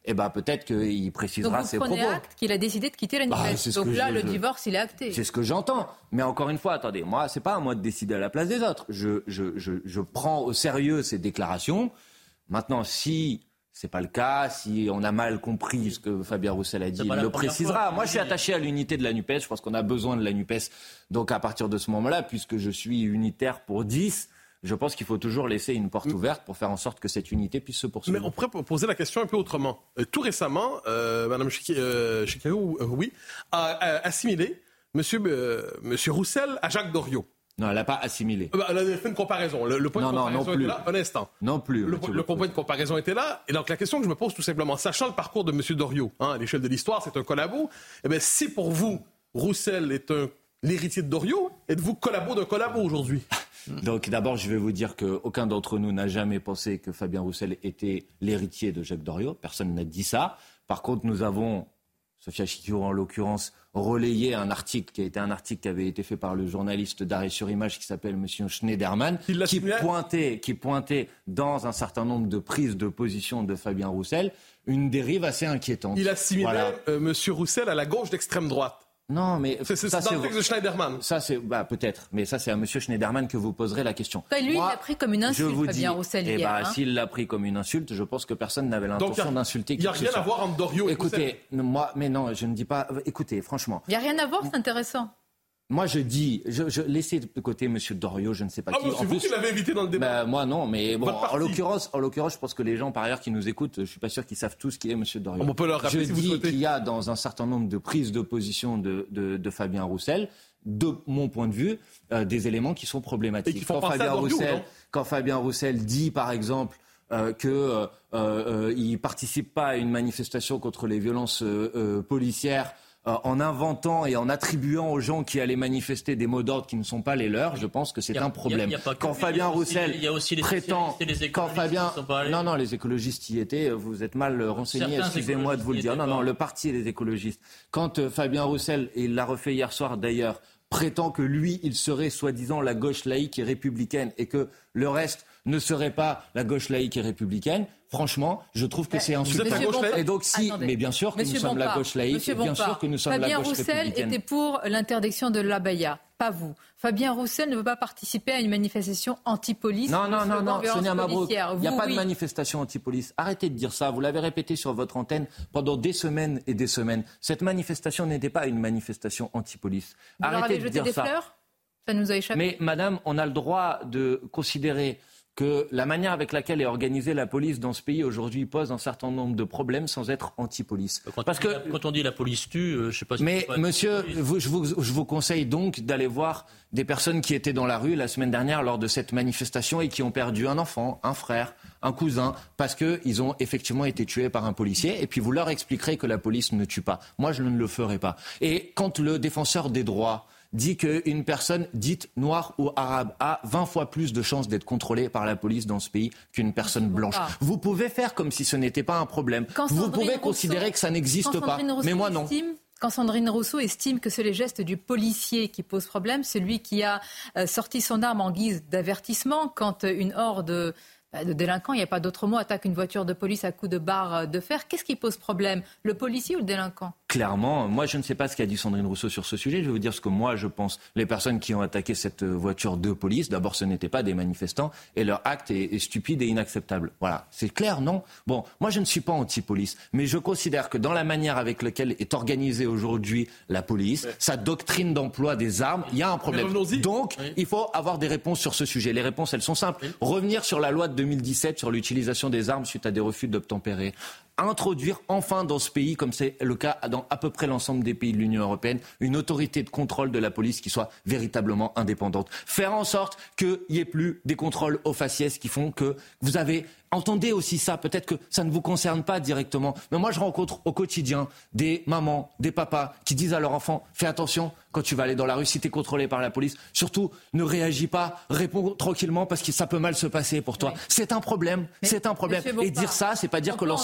eh ben, peut-être qu'il précisera ses propos. Donc vous prenez acte qu'il a décidé de quitter la NUPES. Bah, Donc là, je, le je, divorce, il est acté. C'est ce que j'entends. Mais encore une fois, attendez, moi, c'est pas à moi de décider à la place des autres. Je, je, je, je prends au sérieux ces déclarations. Maintenant, si c'est pas le cas, si on a mal compris ce que Fabien Roussel a dit, il le précisera. Fois, moi, je suis attaché à l'unité de la NUPES. Je pense qu'on a besoin de la NUPES. Donc, à partir de ce moment-là, puisque je suis unitaire pour dix, je pense qu'il faut toujours laisser une porte ouverte pour faire en sorte que cette unité puisse se poursuivre. Mais on pourrait poser la question un peu autrement. Euh, tout récemment, euh, Mme Chikayou, euh, euh, oui, a, a assimilé M. Euh, Monsieur Roussel à Jacques Doriot. Non, elle n'a pas assimilé. Euh, elle a fait une comparaison. Le, le point non, de comparaison non, non était là. Un instant. Non plus. Le, le, le point de comparaison était là. Et donc la question que je me pose tout simplement, sachant le parcours de M. Doriot, hein, à l'échelle de l'histoire, c'est un collabo. Eh bien, si pour vous, Roussel est un, l'héritier de Doriot, êtes-vous collabo d'un collabo aujourd'hui? Donc d'abord, je vais vous dire qu'aucun d'entre nous n'a jamais pensé que Fabien Roussel était l'héritier de Jacques Doriot. Personne n'a dit ça. Par contre, nous avons, Sophia Chikayou en l'occurrence, relayé un article qui a été un article qui avait été fait par le journaliste d'Arrêt sur Image qui s'appelle M. Schneiderman, qui pointait, qui pointait dans un certain nombre de prises de position de Fabien Roussel une dérive assez inquiétante. Il assimilait voilà. euh, M. Roussel à la gauche d'extrême droite. Non, mais c'est, c'est ça, dans c'est le texte de Schneiderman. Ça, c'est bah, peut-être, mais ça, c'est à M. Schneiderman que vous poserez la question. Enfin, lui, Moi, il l'a pris comme une insulte, Fabien dis, Roussel. Eh hier, bah, hein. S'il l'a pris comme une insulte, je pense que personne n'avait l'intention Donc, d'insulter. Il n'y a rien à voir entre Doriot et Écoutez, Roussel. moi, mais non, je ne dis pas. Écoutez, franchement. Il n'y a rien à voir, c'est intéressant. Moi, je dis, je, je laissez de côté M. Doriot, je ne sais pas ah qui. Ah, c'est en vous plus, qui l'avez invité dans le débat. Bah, moi, non, mais bon, en l'occurrence, en l'occurrence, je pense que les gens, par ailleurs, qui nous écoutent, je suis pas sûr qu'ils savent tous qui est M. Doriot. On peut leur rappeler je si dis vous souhaitez. qu'il y a dans un certain nombre de prises de position de, de, de Fabien Roussel, de mon point de vue, euh, des éléments qui sont problématiques. Et qui font quand, Fabien Doriot, Roussel, quand Fabien Roussel dit, par exemple, euh, qu'il euh, euh, ne participe pas à une manifestation contre les violences euh, euh, policières, en inventant et en attribuant aux gens qui allaient manifester des mots d'ordre qui ne sont pas les leurs, je pense que c'est a, un problème. Y a, y a quand lui, Fabien Roussel il y a aussi les prétend, les quand Fabien, non non, les écologistes y étaient, vous êtes mal renseignés, excusez-moi de vous le dire. Non non, le parti et les écologistes. Quand euh, Fabien Roussel, et il l'a refait hier soir d'ailleurs, prétend que lui, il serait soi-disant la gauche laïque et républicaine et que le reste ne serait pas la gauche laïque et républicaine. Franchement, je trouve que c'est insultant. Et donc si, Attendez. mais bien sûr que Monsieur nous sommes Bompard. La gauche laïque, et bien sûr que nous sommes Fabien la gauche Roussel républicaine. était pour l'interdiction de l'abaya, pas vous. Fabien Roussel ne veut pas participer à une manifestation anti-police. Non, non, non, non, Sonia Mabrouk, il n'y a pas oui. de manifestation anti-police. Arrêtez de dire ça, vous l'avez répété sur votre antenne pendant des semaines et des semaines. Cette manifestation n'était pas une manifestation anti-police. Vous Arrêtez leur avez de jeté dire des ça. Fleurs ça nous a échappé. Mais madame, on a le droit de considérer que la manière avec laquelle est organisée la police dans ce pays aujourd'hui pose un certain nombre de problèmes sans être anti-police. Quand, Parce on, que, la, quand on dit la police tue, euh, je sais pas si... Mais monsieur, vous, je, vous, je vous conseille donc d'aller voir des personnes qui étaient dans la rue la semaine dernière lors de cette manifestation et qui ont perdu un enfant, un frère, un cousin, parce qu'ils ont effectivement été tués par un policier. Et puis vous leur expliquerez que la police ne tue pas. Moi, je ne le ferai pas. Et quand le défenseur des droits dit qu'une personne dite noire ou arabe a vingt fois plus de chances d'être contrôlée par la police dans ce pays qu'une personne blanche. Ah. Vous pouvez faire comme si ce n'était pas un problème. Quand Vous Sandrine pouvez Rousseau, considérer que ça n'existe pas. Mais moi, non. Estime, quand Sandrine Rousseau estime que c'est les gestes du policier qui posent problème, celui qui a euh, sorti son arme en guise d'avertissement quand euh, une horde de délinquants, il n'y a pas d'autre mot, attaque une voiture de police à coups de barre de fer. Qu'est-ce qui pose problème ? Le policier ou le délinquant ? Clairement, moi je ne sais pas ce qu'a dit Sandrine Rousseau sur ce sujet. Je vais vous dire ce que moi je pense. Les personnes qui ont attaqué cette voiture de police, d'abord ce n'étaient pas des manifestants et leur acte est, est stupide et inacceptable. Voilà, c'est clair, non ? Bon, moi je ne suis pas anti-police, mais je considère que dans la manière avec laquelle est organisée aujourd'hui la police, ouais. sa doctrine d'emploi des armes, il y a un problème. Donc oui. il faut avoir des réponses sur ce sujet. Les réponses, elles sont simples. Oui. Revenir sur la loi de deux mille dix-sept sur l'utilisation des armes suite à des refus d'obtempérer. Introduire enfin dans ce pays, comme c'est le cas dans à peu près l'ensemble des pays de l'Union européenne, une autorité de contrôle de la police qui soit véritablement indépendante. Faire en sorte qu'il n'y ait plus des contrôles aux faciès qui font que vous avez... Entendez aussi ça, peut-être que ça ne vous concerne pas directement, mais moi je rencontre au quotidien des mamans, des papas qui disent à leurs enfants « Fais attention quand tu vas aller dans la rue, si tu es contrôlé par la police, surtout ne réagis pas, réponds tranquillement parce que ça peut mal se passer pour toi. » C'est un problème, mais, c'est un problème. Et dire ça, c'est pas dire que l'ensemble des policiers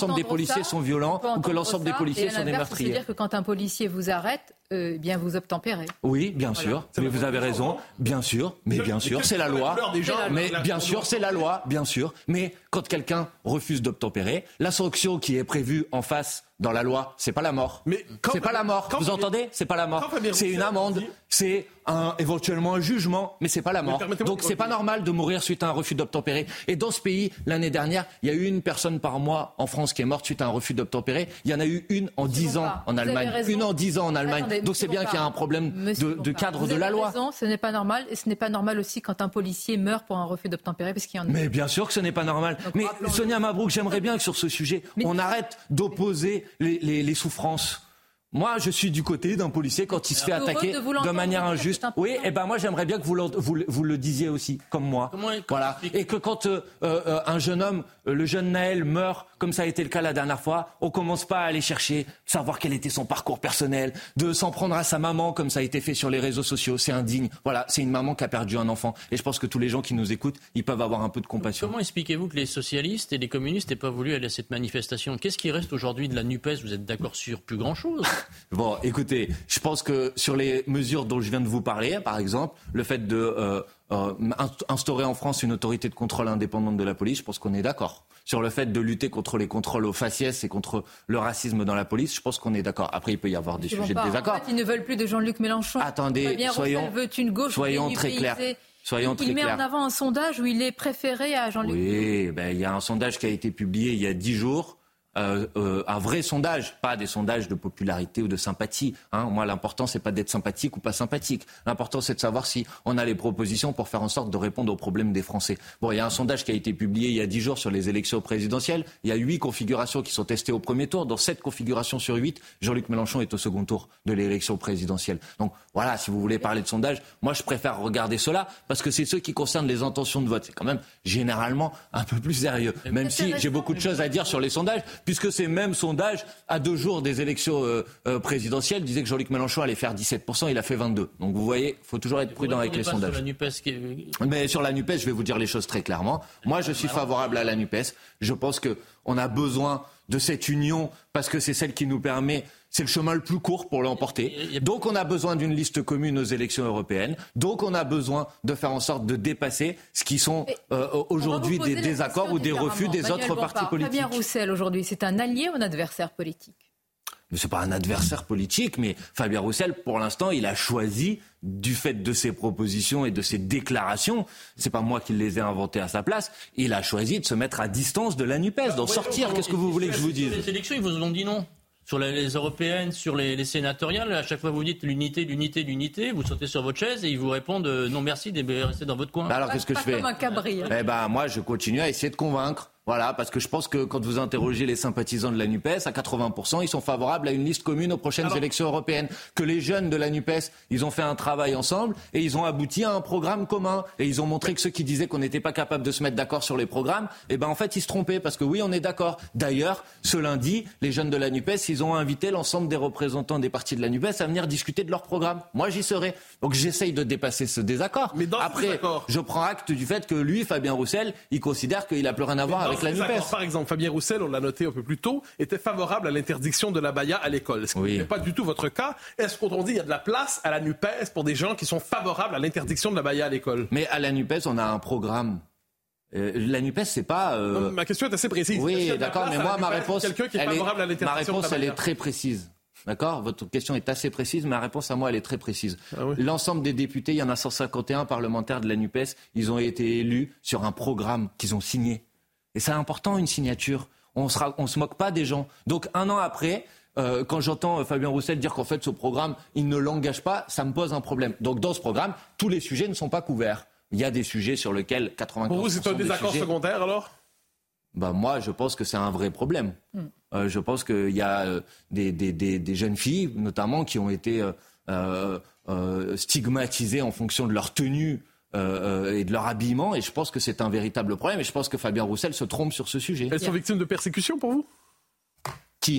policiers ça, sont violents ou que l'ensemble ça, des policiers sont des meurtriers. C'est-à-dire que quand un policier vous arrête, euh, bien vous obtempérez. Oui, bien voilà. sûr. Mais vous avez raison. Bien sûr. Mais bien sûr, c'est la loi. Mais bien sûr, c'est la loi. Bien sûr. Mais quand quelqu'un refuse d'obtempérer, la sanction qui est prévue en face dans la loi, c'est pas la mort. Mais c'est pas la mort. Vous entendez ? C'est pas la mort. C'est une amende. C'est un, éventuellement un jugement, mais c'est pas la mort. Donc c'est pas normal de mourir suite à un refus d'obtempérer. Et dans ce pays, l'année dernière, il y a eu une personne par mois en France qui est morte suite à un refus d'obtempérer. Il y en a eu une en dix ans en Allemagne. Une en dix ans en Allemagne. Attendez, Donc c'est bien qu'il y a un problème de, de cadre de la loi. Raison, ce n'est pas normal. Et ce n'est pas normal aussi quand un policier meurt pour un refus d'obtempérer, parce qu'il y en a. Mais bien sûr que ce n'est pas normal. Donc, mais Sonia Mabrouk, j'aimerais bien que sur ce sujet, mais... on arrête d'opposer les, les, les souffrances. Moi, je suis du côté d'un policier quand il se fait attaquer de, de manière injuste. Oui, et ben moi, j'aimerais bien que vous le, vous, vous le disiez aussi, comme moi. Comment, voilà. Et que quand euh, euh, un jeune homme, euh, le jeune Naël, meurt, comme ça a été le cas la dernière fois, on commence pas à aller chercher, savoir quel était son parcours personnel, de s'en prendre à sa maman, comme ça a été fait sur les réseaux sociaux. C'est indigne. Voilà, c'est une maman qui a perdu un enfant. Et je pense que tous les gens qui nous écoutent, ils peuvent avoir un peu de compassion. Comment expliquez-vous que les socialistes et les communistes n'aient pas voulu aller à cette manifestation ? Qu'est-ce qui reste aujourd'hui de la NUPES ? Vous êtes d'accord sur plus grand-chose ? Bon, écoutez, je pense que sur les mesures dont je viens de vous parler, par exemple, le fait de euh, euh, instaurer en France une autorité de contrôle indépendante de la police, je pense qu'on est d'accord. Sur le fait de lutter contre les contrôles aux faciès et contre le racisme dans la police, je pense qu'on est d'accord. Après, il peut y avoir des ils sujets de désaccord. En fait, ils ne veulent plus de Jean-Luc Mélenchon. Attendez, soyons, veut une gauche soyons très clairs. Soyons il très met clairs. en avant un sondage où il est préféré à Jean-Luc Mélenchon. Oui, ben, il y a un sondage qui a été publié il y a dix jours. Euh, euh, un vrai sondage, pas des sondages de popularité ou de sympathie. Hein. Moi, l'important, c'est pas d'être sympathique ou pas sympathique. L'important, c'est de savoir si on a les propositions pour faire en sorte de répondre aux problèmes des Français. Bon, il y a un sondage qui a été publié il y a dix jours sur les élections présidentielles. Il y a huit configurations qui sont testées au premier tour. Dans sept configurations sur huit, Jean-Luc Mélenchon est au second tour de l'élection présidentielle. Donc voilà, si vous voulez parler de sondage, moi, je préfère regarder cela parce que c'est ceux qui concernent les intentions de vote. C'est quand même généralement un peu plus sérieux. Même si j'ai beaucoup de choses à dire sur les sondages, puisque ces mêmes sondages, à deux jours des élections euh, euh, présidentielles, disaient que Jean-Luc Mélenchon allait faire dix-sept pour cent, il a fait vingt-deux. Donc vous voyez, il faut toujours être prudent avec les sondages. Sur la NUPES qui est... Mais sur la NUPES, je vais vous dire les choses très clairement. Moi, je suis favorable à la NUPES. Je pense qu'on a besoin de cette union parce que c'est celle qui nous permet... C'est le chemin le plus court pour l'emporter. Donc on a besoin d'une liste commune aux élections européennes. Donc on a besoin de faire en sorte de dépasser ce qui sont euh, aujourd'hui des désaccords ou des refus des autres partis politiques. Fabien Roussel, aujourd'hui, c'est un allié ou un adversaire politique ? Mais c'est pas un adversaire politique, mais Fabien Roussel, pour l'instant, il a choisi, du fait de ses propositions et de ses déclarations, c'est pas moi qui les ai inventées à sa place, il a choisi de se mettre à distance de la NUPES, d'en sortir. Qu'est-ce que vous voulez que je vous dise ? Les élections, ils vous ont dit non. Sur les, les européennes, sur les, les sénatoriales, à chaque fois vous dites l'unité, l'unité, l'unité, vous sautez sur votre chaise et ils vous répondent euh, non merci, restez dans votre coin. Bah alors qu'est-ce que pas je fais ? Comme un cabri. Hein. Eh ben moi je continue à essayer de convaincre. Voilà, parce que je pense que quand vous interrogez les sympathisants de la NUPES, à quatre-vingts pour cent, ils sont favorables à une liste commune aux prochaines Alors... élections européennes. Que les jeunes de la NUPES, ils ont fait un travail ensemble et ils ont abouti à un programme commun. Et ils ont montré que ceux qui disaient qu'on n'était pas capable de se mettre d'accord sur les programmes, eh ben en fait ils se trompaient parce que oui, on est d'accord. D'ailleurs, ce lundi, les jeunes de la NUPES, ils ont invité l'ensemble des représentants des partis de la NUPES à venir discuter de leur programme. Moi, j'y serai. Donc j'essaye de dépasser ce désaccord. Mais dans Après, ce désaccord... je prends acte du fait que lui, Fabien Roussel, il considère qu'il a plus rien à voir avec la NUPES. Par exemple, Fabien Roussel, on l'a noté un peu plus tôt, était favorable à l'interdiction de l'abaya à l'école. Ce qui oui. n'est pas du tout votre cas. Est-ce qu'on dit qu'il y a de la place à la NUPES pour des gens qui sont favorables à l'interdiction de l'abaya à l'école ? Mais à la NUPES, on a un programme. Euh, la NUPES, c'est pas... Euh... Non, ma question est assez précise. Oui, d'accord, mais moi, ma réponse... Quelqu'un qui est favorable à l'interdiction ma réponse, de l'abaya. elle est très précise. D'accord ? Votre question est assez précise, ma réponse à moi, elle est très précise. Ah oui. L'ensemble des députés, il y en a cent cinquante et un parlementaires de la NUPES, ils ont été élus sur un programme qu'ils ont signé. Et c'est important, une signature. On se, on se moque pas des gens. Donc, un an après, euh, quand j'entends euh, Fabien Roussel dire qu'en fait, ce programme, il ne l'engage pas, ça me pose un problème. Donc, dans ce programme, tous les sujets ne sont pas couverts. Il y a des sujets sur lesquels quatre-vingt-quinze pour cent Pour vous, c'est un désaccord sujets... secondaire, alors ? Bah, moi, je pense que c'est un vrai problème. Mm. Euh, je pense qu'il y a euh, des, des, des, des jeunes filles, notamment, qui ont été euh, euh, euh, stigmatisées en fonction de leur tenue Euh, et de leur habillement, et je pense que c'est un véritable problème, et je pense que Fabien Roussel se trompe sur ce sujet. Elles sont victimes de persécution pour vous ? Qui ?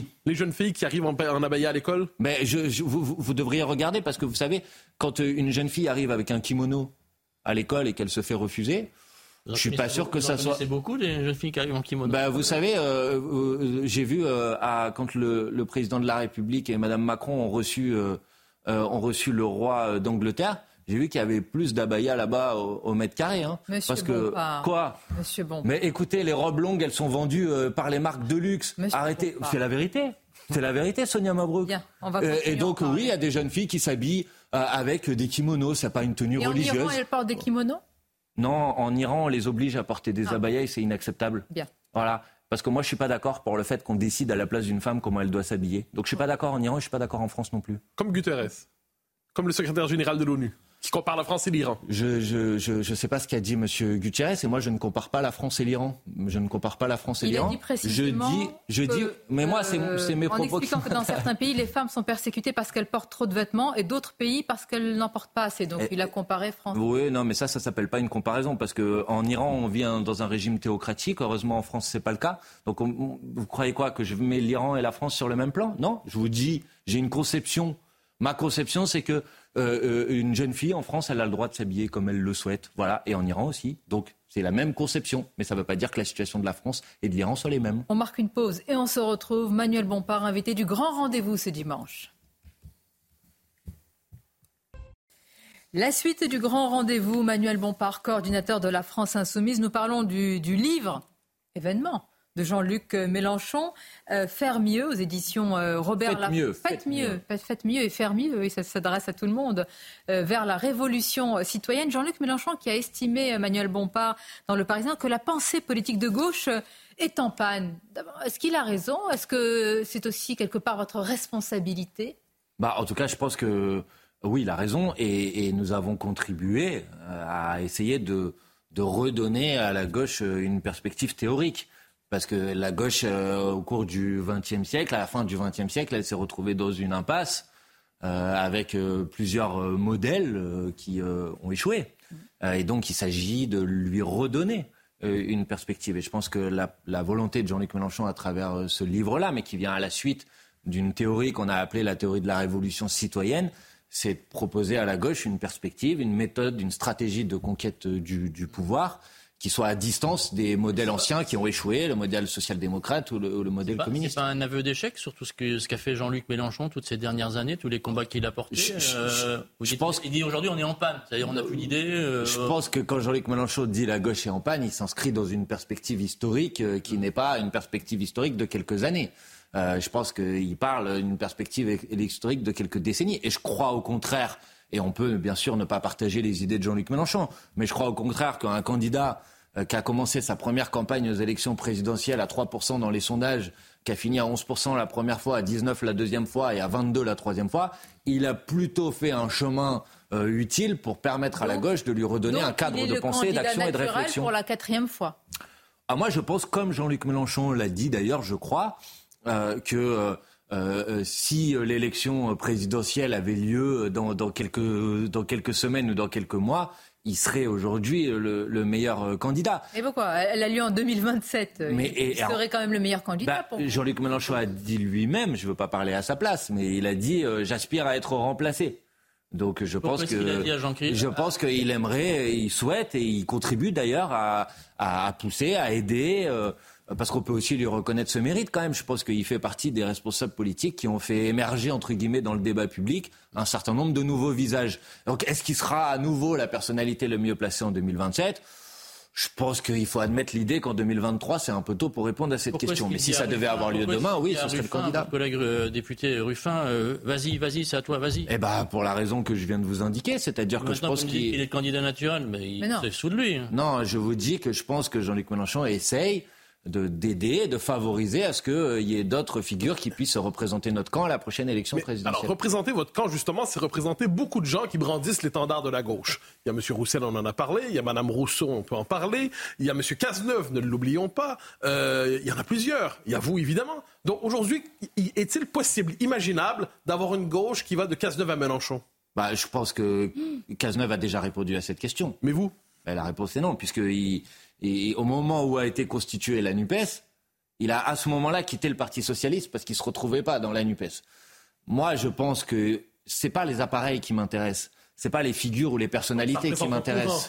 Les jeunes filles qui arrivent en, en abaya à l'école ? Mais je, je, vous, vous, vous devriez regarder, parce que vous savez, quand une jeune fille arrive avec un kimono à l'école et qu'elle se fait refuser, Je suis pas sûr que ça soit. C'est beaucoup les jeunes filles qui arrivent en kimono. Bah, vous savez, euh, euh, j'ai vu euh, à, quand le, le président de la République et Madame Macron ont reçu, euh, euh, ont reçu le roi d'Angleterre. J'ai vu qu'il y avait plus d'abaya là-bas au, au mètre carré. Hein, Monsieur parce que Bompard. quoi Monsieur Bompard. Mais écoutez, les robes longues, elles sont vendues euh, par les marques de luxe. Monsieur Arrêtez, Bompard. c'est la vérité. C'est la vérité, Sonia Mabrouk. Bien, on va euh, et donc en oui, il y a des jeunes filles qui s'habillent euh, avec des kimonos. C'est pas une tenue Et religieuse. en Iran, elles portent des kimonos ? Non, en Iran, on les oblige à porter des Ah. abayas et c'est inacceptable. Bien. Voilà. Parce que moi, je suis pas d'accord pour le fait qu'on décide à la place d'une femme comment elle doit s'habiller. Donc je suis pas d'accord en Iran et je suis pas d'accord en France non plus. Comme Guterres, comme le secrétaire général de l'ONU, qui compare la France et l'Iran. Je je je, je sais pas ce qu'a dit Monsieur Guterres et moi je ne compare pas la France et l'Iran. Je ne compare pas la France et Il l'Iran. a dit précisément je dis je que, dis mais moi c'est euh, c'est mes en propos. expliquant que dans certains pays les femmes sont persécutées parce qu'elles portent trop de vêtements et d'autres pays parce qu'elles n'en portent pas assez. Donc Et, il a comparé France. Oui, non, mais ça, ça s'appelle pas une comparaison parce que en Iran, on vit un, dans un régime théocratique. Heureusement, en France, c'est pas le cas. Donc, on, on, vous croyez quoi que je mets l'Iran et la France sur le même plan ? Non, je vous dis, j'ai une conception. Ma conception, c'est que euh, une jeune fille en France, elle a le droit de s'habiller comme elle le souhaite. Voilà, et en Iran aussi. Donc, c'est la même conception, mais ça ne veut pas dire que la situation de la France et de l'Iran soit les mêmes. On marque une pause et on se retrouve. Manuel Bompard, invité du grand rendez-vous ce dimanche. La suite du grand rendez-vous, Manuel Bompard, coordinateur de la France Insoumise. Nous parlons du, du livre, événement, de Jean-Luc Mélenchon, euh, Faire mieux, aux éditions euh, Robert Faites Laffont. mieux, Faites, faites mieux, mieux. Faites, faites mieux et faire mieux, oui, ça s'adresse à tout le monde, euh, vers la révolution citoyenne. Jean-Luc Mélenchon qui a estimé, euh, Manuel Bompard, dans Le Parisien, que la pensée politique de gauche euh, est en panne. D'abord, est-ce qu'il a raison ? Est-ce que c'est aussi quelque part votre responsabilité ? Bah, en tout cas, je pense que oui, il a raison et, et nous avons contribué à essayer de, de redonner à la gauche une perspective théorique. Parce que la gauche, euh, au cours du vingtième siècle, à la fin du vingtième siècle, elle s'est retrouvée dans une impasse euh, avec euh, plusieurs euh, modèles euh, qui euh, ont échoué. Euh, et donc, il s'agit de lui redonner euh, une perspective. Et je pense que la, la volonté de Jean-Luc Mélenchon à travers euh, ce livre-là, mais qui vient à la suite d'une théorie qu'on a appelée la théorie de la révolution citoyenne, c'est de proposer à la gauche une perspective, une méthode, une stratégie de conquête du, du pouvoir qui soit à distance des modèles anciens qui ont échoué, le modèle social-démocrate ou le, ou le modèle c'est pas, communiste. C'est pas un aveu d'échec sur tout ce, que, ce qu'a fait Jean-Luc Mélenchon toutes ces dernières années, tous les combats qu'il a portés. Je, je, euh, je dites, pense il dit aujourd'hui on est en panne, c'est-à-dire on n'a plus d'idées. Euh, je pense que quand Jean-Luc Mélenchon dit la gauche est en panne, il s'inscrit dans une perspective historique euh, qui n'est pas une perspective historique de quelques années. Euh, je pense qu'il parle d'une perspective historique de quelques décennies. Et je crois au contraire, et on peut bien sûr ne pas partager les idées de Jean-Luc Mélenchon, mais je crois au contraire qu'un candidat qui a commencé sa première campagne aux élections présidentielles à trois pour cent dans les sondages, qui a fini à onze pour cent la première fois, à dix-neuf pour cent la deuxième fois et à vingt-deux pour cent la troisième fois, il a plutôt fait un chemin euh, utile pour permettre à la gauche de lui redonner donc, un cadre il est de le pensée, d'action et de naturel réflexion. pour la quatrième fois. Ah, moi, je pense, comme Jean-Luc Mélenchon l'a dit d'ailleurs, je crois, euh, que euh, euh, si l'élection présidentielle avait lieu dans, dans, quelques, dans quelques semaines ou dans quelques mois, il serait aujourd'hui le, le meilleur candidat. Et pourquoi ? Elle a lieu en deux mille vingt-sept. Mais, il et, serait alors, quand même le meilleur candidat bah, pour vous. Jean-Luc Mélenchon a dit lui-même, je ne veux pas parler à sa place, mais il a dit euh, « j'aspire à être remplacé ». Donc je Pourquoi pense qu'il que a dit à Jean-Christ je pense qu'il aimerait, il souhaite et il contribue d'ailleurs à, à, à pousser, à aider, euh, parce qu'on peut aussi lui reconnaître ce mérite quand même. Je pense qu'il fait partie des responsables politiques qui ont fait émerger entre guillemets dans le débat public un certain nombre de nouveaux visages. Donc est-ce qu'il sera à nouveau la personnalité le mieux placée en deux mille vingt-sept ? Je pense qu'il faut admettre l'idée qu'en deux mille vingt-trois, c'est un peu tôt pour répondre à cette pourquoi question. Mais si ça Ruffin, devait avoir lieu demain, oui, ce serait Ruffin, le candidat. Votre collègue euh, député Ruffin, euh, vas-y, vas-y, c'est à toi, vas-y. Eh ben, pour la raison que je viens de vous indiquer, c'est-à-dire que Maintenant, je pense qu'il qu'il est le candidat naturel, mais, il, mais non. c'est sous de lui. Hein. Non, je vous dis que je pense que Jean-Luc Mélenchon essaye de, d'aider, de favoriser à ce qu'il euh, y ait d'autres figures qui puissent représenter notre camp à la prochaine élection Mais, présidentielle. Alors, représenter votre camp, justement, c'est représenter beaucoup de gens qui brandissent l'étendard de la gauche. Il y a M. Roussel, on en a parlé. Il y a Mme Rousseau, on peut en parler. Il y a M. Cazeneuve, ne l'oublions pas. Euh, il y en a plusieurs. Il y a vous, évidemment. Donc, aujourd'hui, est-il possible, imaginable, d'avoir une gauche qui va de Cazeneuve à Mélenchon? Bah, je pense que Cazeneuve a déjà répondu à cette question. Mais vous? Bah, la réponse est non, puisque il, il, au moment où a été constituée la NUPES, il a à ce moment-là quitté le Parti Socialiste parce qu'il ne se retrouvait pas dans la NUPES. Moi, je pense que c'est pas les appareils qui m'intéressent, c'est pas les figures ou les personnalités qui m'intéressent.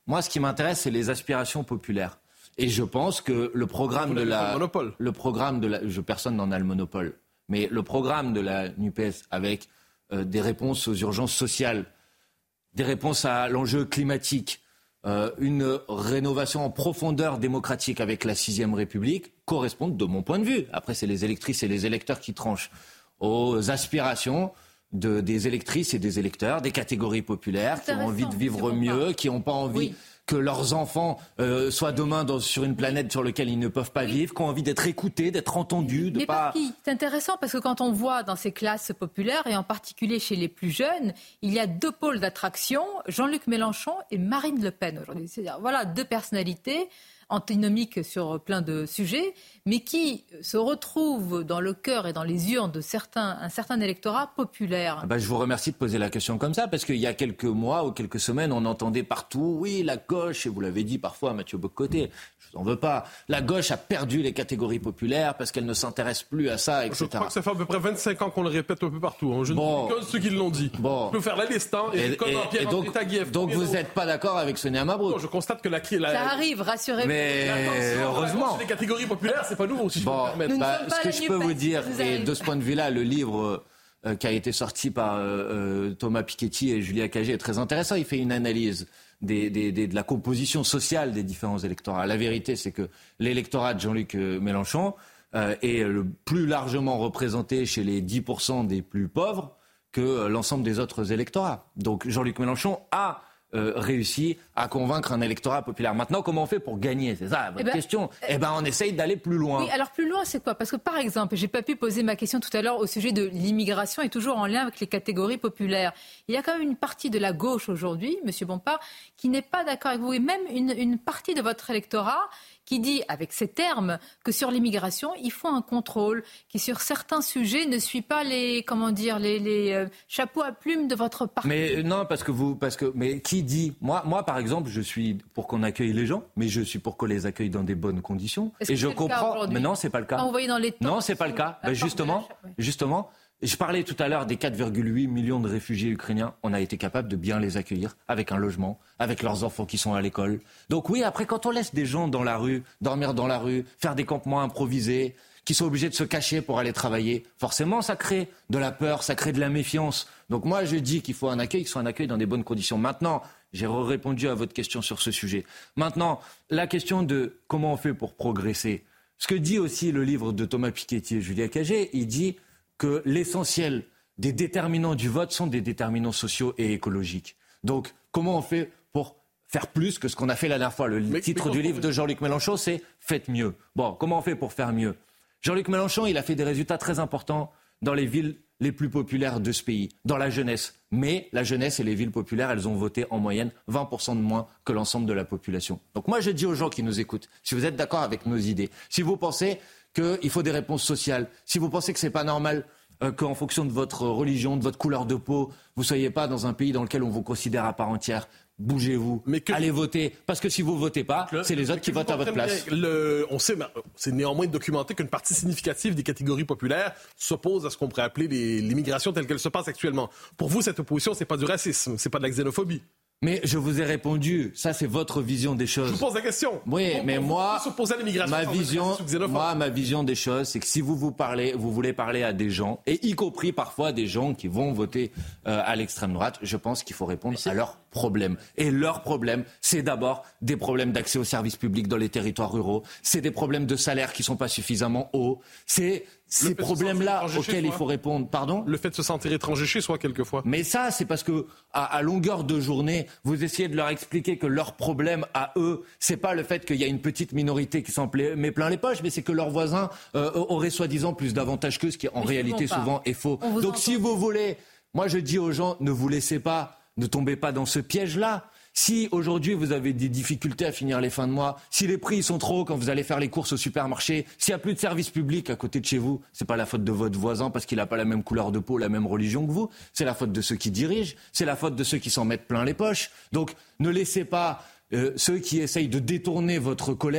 Moi, ce qui m'intéresse, c'est les aspirations populaires. Et je pense que le programme de la... monopole. Le programme de la... Je, personne n'en a le monopole. Mais le programme de la NUPES avec euh, des réponses aux urgences sociales, des réponses à l'enjeu climatique, euh, une rénovation en profondeur démocratique avec la sixième République, correspondent, de mon point de vue, après c'est les électrices et les électeurs qui tranchent, aux aspirations de, des électrices et des électeurs, des catégories populaires qui ont envie de vivre mieux, qui n'ont pas envie... Oui. que leurs enfants euh, soient demain dans, sur une planète sur laquelle ils ne peuvent pas oui. vivre, qui ont envie d'être écoutés, d'être entendus. De Mais pas... par qui ? C'est intéressant parce que quand on voit dans ces classes populaires, et en particulier chez les plus jeunes, il y a deux pôles d'attraction, Jean-Luc Mélenchon et Marine Le Pen aujourd'hui. C'est-à-dire, voilà, deux personnalités antinomiques sur plein de sujets, mais qui se retrouvent dans le cœur et dans les urnes de certains, un certain électorat populaire. Ah ben, je vous remercie de poser la question comme ça, parce qu'il y a quelques mois ou quelques semaines, on entendait partout, oui, la gauche, et vous l'avez dit parfois, Mathieu Bock-Côté, je vous en veux pas, la gauche a perdu les catégories populaires parce qu'elle ne s'intéresse plus à ça, et cetera. Je crois que ça fait à peu près vingt-cinq ans qu'on le répète un peu partout. Hein. Je bon. ne dis que ceux qui l'ont dit. Bon. Je peux faire la liste. Hein, et, et, et, et donc, donc vous n'êtes pas d'accord avec Sonia Mabrouk? Non, je constate que la... la ça arrive, rassurez-vous. Mais heureusement. Les catégories populaires, c'est pas nouveau, si bon, je peux me permettre. Bah, ce que je peux vous dire, et de ce point de vue-là, le livre euh, qui a été sorti par euh, Thomas Piketty et Julia Cagé est très intéressant. Il fait une analyse des, des, des, de la composition sociale des différents électorats. La vérité, c'est que l'électorat de Jean-Luc Mélenchon euh, est le plus largement représenté chez les dix pour cent des plus pauvres que euh, l'ensemble des autres électorats. Donc Jean-Luc Mélenchon a... Euh, réussi à convaincre un électorat populaire. Maintenant, comment on fait pour gagner ? C'est ça votre eh ben, question. Eh bien, on essaye d'aller plus loin. Oui, alors plus loin, c'est quoi ? Parce que, par exemple, j'ai pas pu poser ma question tout à l'heure au sujet de l'immigration et toujours en lien avec les catégories populaires. Il y a quand même une partie de la gauche aujourd'hui, M. Bompard, qui n'est pas d'accord avec vous. Et même une, une partie de votre électorat qui dit, avec ces termes, que sur l'immigration, il faut un contrôle, qui sur certains sujets ne suit pas les, comment dire, les, les euh, chapeaux à plumes de votre parti. Mais non, parce que vous, parce que, mais qui dit, moi, moi, par exemple, je suis pour qu'on accueille les gens, mais je suis pour qu'on les accueille dans des bonnes conditions. Est-ce et que je c'est comprends. Le cas mais non, c'est pas le cas. Quand vous voyez dans les temps, non, c'est pas le cas. Ben justement, ouais. justement. Je parlais tout à l'heure des quatre virgule huit millions de réfugiés ukrainiens. On a été capable de bien les accueillir avec un logement, avec leurs enfants qui sont à l'école. Donc oui, après, quand on laisse des gens dans la rue, dormir dans la rue, faire des campements improvisés, qui sont obligés de se cacher pour aller travailler, forcément, ça crée de la peur, ça crée de la méfiance. Donc moi, je dis qu'il faut un accueil, qu'il soit un accueil dans des bonnes conditions. Maintenant, j'ai répondu à votre question sur ce sujet. Maintenant, la question de comment on fait pour progresser. Ce que dit aussi le livre de Thomas Piketty et Julia Cagé, il dit que l'essentiel des déterminants du vote sont des déterminants sociaux et écologiques. Donc, comment on fait pour faire plus que ce qu'on a fait la dernière fois ? Le mais, titre mais du livre de Jean-Luc Mélenchon, c'est « Faites mieux ». Bon, comment on fait pour faire mieux ? Jean-Luc Mélenchon, il a fait des résultats très importants dans les villes les plus populaires de ce pays, dans la jeunesse. Mais la jeunesse et les villes populaires, elles ont voté en moyenne vingt pour cent de moins que l'ensemble de la population. Donc moi, je dis aux gens qui nous écoutent, si vous êtes d'accord avec nos idées, si vous pensez qu'il faut des réponses sociales, si vous pensez que c'est pas normal euh, qu'en fonction de votre religion, de votre couleur de peau, vous soyez pas dans un pays dans lequel on vous considère à part entière, bougez-vous, que... allez voter, parce que si vous votez pas, le... c'est les autres qui votent à votre place. Le... On sait, c'est néanmoins documenté qu'une partie significative des catégories populaires s'oppose à ce qu'on pourrait appeler les... l'immigration telle qu'elle se passe actuellement. Pour vous, cette opposition, c'est pas du racisme, c'est pas de la xénophobie. Mais je vous ai répondu, ça c'est votre vision des choses. Je vous pose la question. Oui, on, mais on moi, ma vision, moi, ma vision des choses, c'est que si vous vous parlez, vous voulez parler à des gens, et y compris parfois des gens qui vont voter euh, à l'extrême droite, je pense qu'il faut répondre à leurs problèmes. Et leurs problèmes, c'est d'abord des problèmes d'accès aux services publics dans les territoires ruraux, c'est des problèmes de salaire qui sont pas suffisamment hauts, c'est ces problèmes-là auxquels il faut répondre. Pardon ? Le fait de se sentir étranger chez soi, quelquefois. Mais ça, c'est parce que, à, à longueur de journée, vous essayez de leur expliquer que leur problème à eux, c'est pas le fait qu'il y a une petite minorité qui s'en met plein les poches, mais c'est que leurs voisins euh, auraient soi-disant plus d'avantages qu'eux, ce qui en mais réalité souvent est faux. Donc entend. Si vous voulez, moi je dis aux gens, ne vous laissez pas, ne tombez pas dans ce piège-là. Si aujourd'hui vous avez des difficultés à finir les fins de mois, si les prix sont trop hauts quand vous allez faire les courses au supermarché, s'il n'y a plus de service public à côté de chez vous, c'est pas la faute de votre voisin parce qu'il n'a pas la même couleur de peau, la même religion que vous, c'est la faute de ceux qui dirigent, c'est la faute de ceux qui s'en mettent plein les poches. Donc ne laissez pas euh, ceux qui essayent de détourner votre colère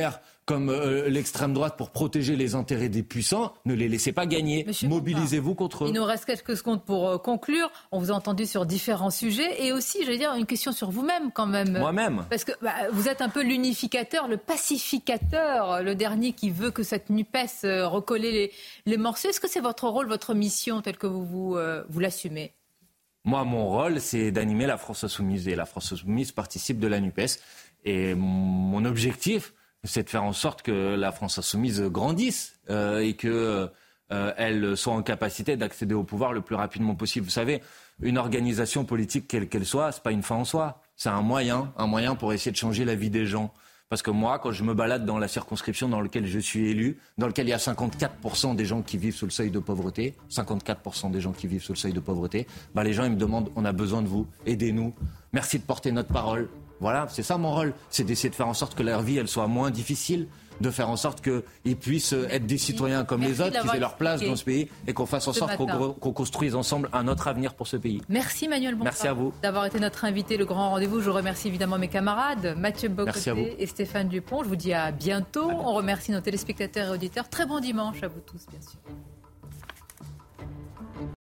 comme euh, l'extrême droite pour protéger les intérêts des puissants. Ne les laissez pas gagner. Monsieur Mobilisez-vous contre eux. Il nous reste quelques secondes pour euh, conclure. On vous a entendu sur différents sujets. Et aussi, j'allais dire, une question sur vous-même quand même. Moi-même. Parce que bah, vous êtes un peu l'unificateur, le pacificateur, le dernier qui veut que cette NUPES euh, recoller les, les morceaux. Est-ce que c'est votre rôle, votre mission, telle que vous, vous, euh, vous l'assumez ? Moi, mon rôle, c'est d'animer la France Insoumise. Et la France Insoumise participe de la NUPES. Et mon objectif, c'est de faire en sorte que la France Insoumise grandisse euh, et qu'elle euh, soit en capacité d'accéder au pouvoir le plus rapidement possible. Vous savez, une organisation politique, quelle qu'elle soit, c'est pas une fin en soi. C'est un moyen, un moyen pour essayer de changer la vie des gens. Parce que moi, quand je me balade dans la circonscription dans laquelle je suis élu, dans laquelle il y a cinquante-quatre pour cent des gens qui vivent sous le seuil de pauvreté, cinquante-quatre pour cent des gens qui vivent sous le seuil de pauvreté, bah les gens ils me demandent, on a besoin de vous, aidez-nous, merci de porter notre parole. Voilà, c'est ça mon rôle, c'est d'essayer de faire en sorte que leur vie elle soit moins difficile, de faire en sorte qu'ils puissent être des citoyens comme Merci les autres, qu'ils aient leur place dans ce pays et qu'on fasse en sorte qu'on, qu'on construise ensemble un autre avenir pour ce pays. Merci Manuel Bompard. Merci à vous D'avoir été notre invité, le grand rendez-vous. Je remercie évidemment mes camarades, Mathieu Bocoté et Stéphane Dupont. Je vous dis à bientôt. On remercie nos téléspectateurs et auditeurs. Très bon dimanche à vous tous, bien sûr.